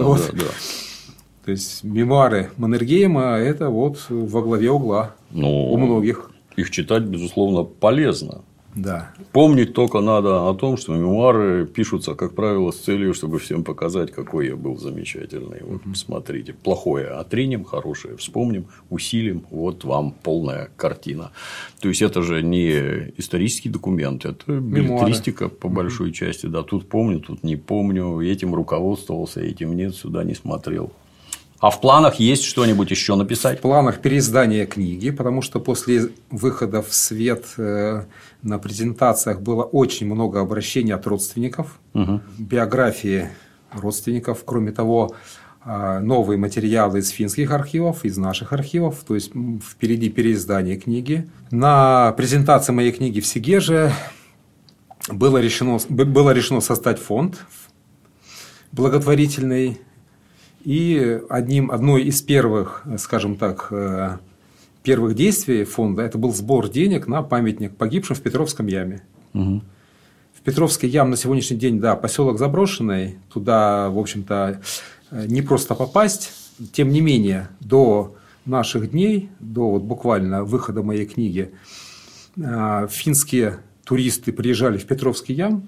То есть мемуары Маннергейма – это вот во главе угла у многих. Их читать, безусловно, полезно. Да. Помнить только надо о том, что мемуары пишутся, как правило, с целью, чтобы всем показать, какой я был замечательный. Вот, смотрите, плохое отринем, хорошее вспомним, усилим, вот вам полная картина. То есть, это же не исторический документ, это беллетристика по большой части. Да, тут помню, тут не помню, этим руководствовался, этим нет, сюда не смотрел. А в планах есть что-нибудь еще написать? В планах переиздания книги, потому что после выхода в свет на презентациях было очень много обращений от родственников, биографии родственников. Кроме того, новые материалы из финских архивов, из наших архивов. То есть, впереди переиздание книги. На презентации моей книги в Сегеже было решено создать фонд благотворительный. И одной из первых, скажем так, первых действий фонда это был сбор денег на памятник погибшим в Петровском яме. Угу. В Петровский ям на сегодняшний день, да, поселок заброшенный, туда, в общем-то, не просто попасть. Тем не менее, до наших дней, до буквально выхода моей книги, финские туристы приезжали в Петровский ям,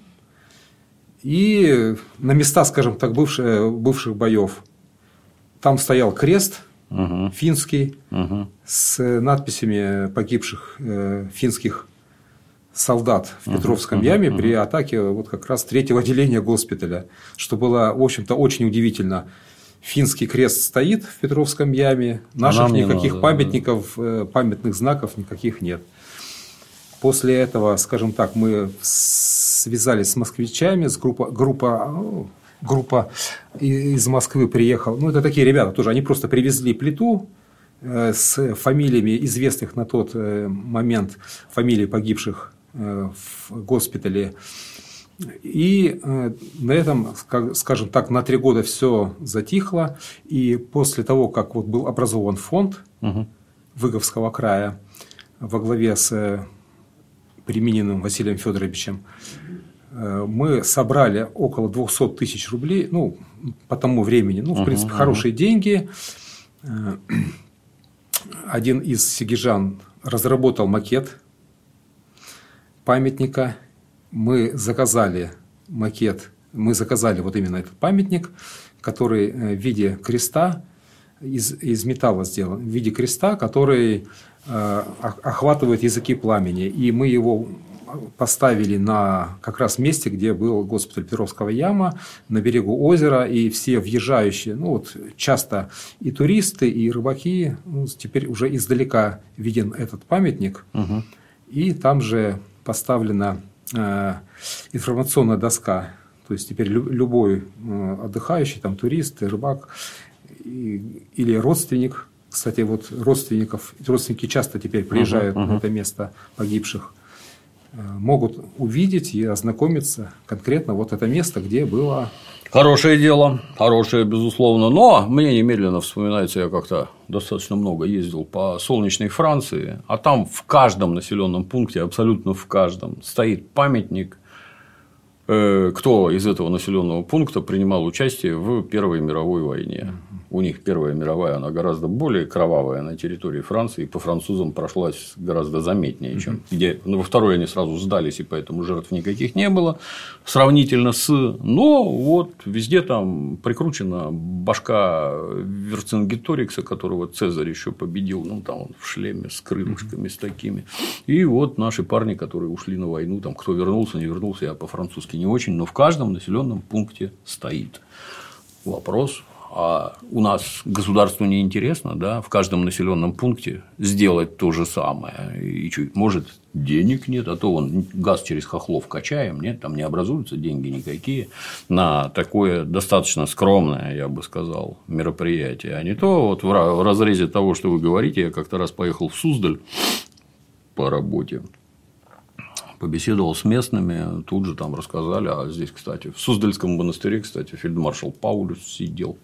и на места, скажем так, бывших боев там стоял крест финский с надписями погибших финских солдат в Петровском яме при атаке вот как раз 3-го отделения госпиталя, что было, в общем-то, очень удивительно. Финский крест стоит в Петровском яме, наших никаких памятников, памятных знаков никаких нет. После этого, скажем так, мы связались с москвичами, группа из Москвы приехала. Это такие ребята тоже. Они просто привезли плиту, с фамилиями известных на тот момент фамилий погибших в госпитале. И на этом, скажем так, на 3 года все затихло. И после того, как вот был образован фонд Выговского края во главе с Премининым Василием Федоровичем, мы собрали около 200 тысяч рублей, ну, по тому времени, ну, в принципе, хорошие деньги. Один из сигижан разработал макет памятника. Мы заказали макет, мы заказали вот именно этот памятник, который в виде креста, из металла сделан, в виде креста, который охватывает языки пламени. И мы его поставили на как раз месте, где был госпиталь Петровского яма, на берегу озера, и все въезжающие, ну вот часто и туристы, и рыбаки, ну, теперь уже издалека виден этот памятник, и там же поставлена информационная доска, то есть теперь любой отдыхающий, там турист, рыбак или родственник, кстати, вот родственники часто теперь приезжают на это место погибших, могут увидеть и ознакомиться конкретно вот это место, где было. Хорошее дело, хорошее, безусловно. Но мне немедленно вспоминается, я как-то достаточно много ездил по солнечной Франции, а там в каждом населенном пункте, абсолютно в каждом, стоит памятник, кто из этого населенного пункта принимал участие в Первой мировой войне. У них Первая мировая, она гораздо более кровавая на территории Франции, по французам прошлась гораздо заметнее, чем где. Ну, во второй они сразу сдались, и поэтому жертв никаких не было, сравнительно с. Но вот везде там прикручена башка Верцингеторикса, которого Цезарь еще победил, ну там он в шлеме с крылышками с такими. И вот наши парни, которые ушли на войну, там кто вернулся, не вернулся, я по-французски не очень, но в каждом населенном пункте стоит. Вопрос. А у нас государству не интересно, да, в каждом населенном пункте сделать то же самое. И чуть, может, денег нет, а то вон газ через хохлов качаем, нет, там не образуются деньги никакие на такое достаточно скромное, я бы сказал, мероприятие. А не то вот в разрезе того, что вы говорите, я как-то раз поехал в Суздаль по работе. Побеседовал с местными, тут же там рассказали, а здесь, кстати, в Суздальском монастыре, кстати, фельдмаршал Паулюс сидел.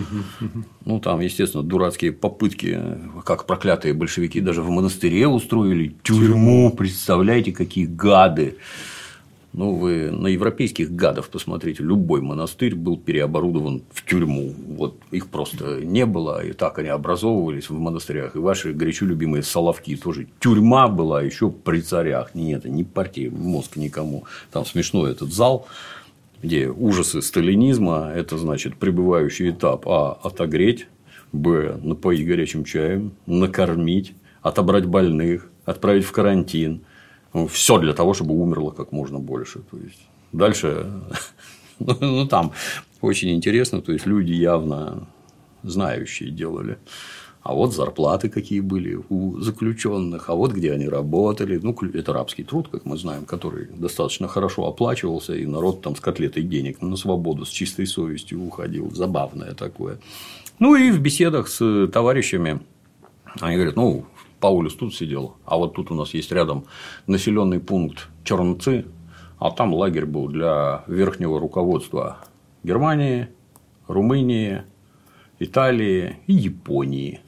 Ну, там, естественно, дурацкие попытки, как проклятые большевики даже в монастыре устроили тюрьму, представляете, какие гады. Ну, вы на европейских гадов посмотрите, любой монастырь был переоборудован в тюрьму. Вот их просто не было, и так они образовывались в монастырях. И ваши горячо любимые Соловки тоже. Тюрьма была еще при царях. Нет, не партии, мозг никому. Там смешной этот зал, где ужасы сталинизма, это значит пребывающий этап: а. Отогреть, б. Напоить горячим чаем, накормить, отобрать больных, отправить в карантин. Все для того, чтобы умерло как можно больше. То есть дальше, ну там очень интересно, то есть люди явно знающие делали. А вот зарплаты какие были у заключенных, а вот где они работали. Ну, это рабский труд, как мы знаем, который достаточно хорошо оплачивался, и народ там с котлетой денег на свободу с чистой совестью уходил. Забавное такое. Ну, и в беседах с товарищами они говорят: ну, Паулюс тут сидел, а вот тут у нас есть рядом населенный пункт Чернцы, а там лагерь был для верхнего руководства Германии, Румынии, Италии и Японии.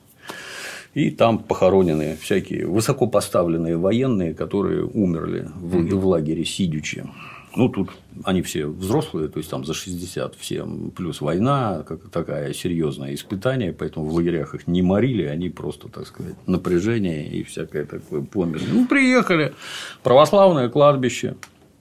И там похоронены всякие высокопоставленные военные, которые умерли в лагере сидячи. Ну, тут они все взрослые, то есть там за 60 всем, плюс война, как такая серьезное испытание, поэтому в лагерях их не морили, они просто, так сказать, напряжение и всякое такое померли. Ну, приехали, православное кладбище.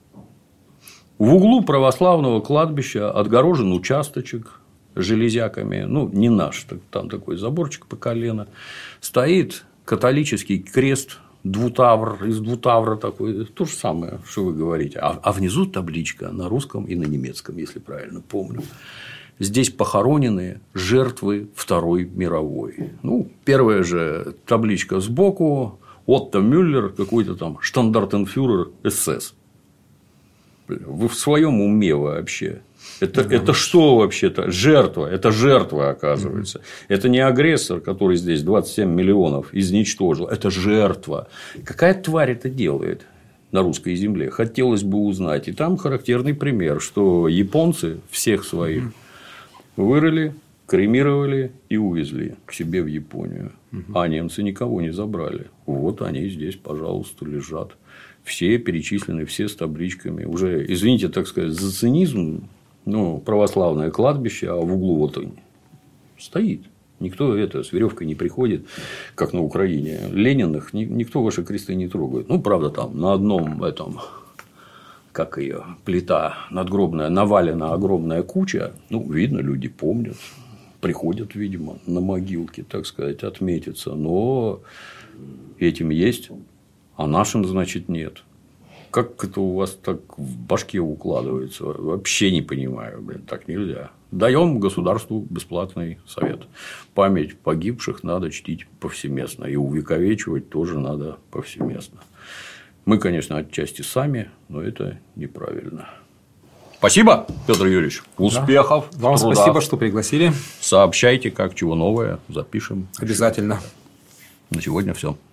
В углу православного кладбища отгорожен участочек железяками, ну, не наш, там такой заборчик по колено, стоит католический крест, двутавр, из двутавра такой, то же самое, что вы говорите, а внизу табличка на русском и на немецком, если правильно помню. Здесь похоронены жертвы Второй мировой. Ну, первая же табличка сбоку: Отто Мюллер, какой-то там штандартенфюрер СС. Вы в своем уме вообще? Это что вообще-то? Жертва. Это жертва, оказывается. Это не агрессор, который здесь 27 миллионов изничтожил. Это жертва. Какая тварь это делает на русской земле? Хотелось бы узнать. И там характерный пример, что японцы всех своих вырыли, кремировали и увезли к себе в Японию. А немцы никого не забрали. Вот они здесь, пожалуйста, лежат. Все перечислены, все с табличками. Уже, извините, так сказать, за цинизм. Православное кладбище, а в углу вот он стоит. Никто с веревкой не приходит, как на Украине. Лениных никто ваши кресты не трогает. Правда, там на одном как ее, плита надгробная, навалена огромная куча. Видно, люди помнят. Приходят, видимо, на могилки, так сказать, отметиться. Но этим есть, а нашим, значит, нет. Как это у вас так в башке укладывается? Вообще не понимаю. Так нельзя. Даем государству бесплатный совет. Память погибших надо чтить повсеместно. И увековечивать тоже надо повсеместно. Мы, конечно, отчасти сами, но это неправильно. Спасибо, Петр Юрьевич. Успехов. Да. Вам спасибо, что пригласили. Сообщайте, как чего новое. Запишем. Обязательно. На сегодня все.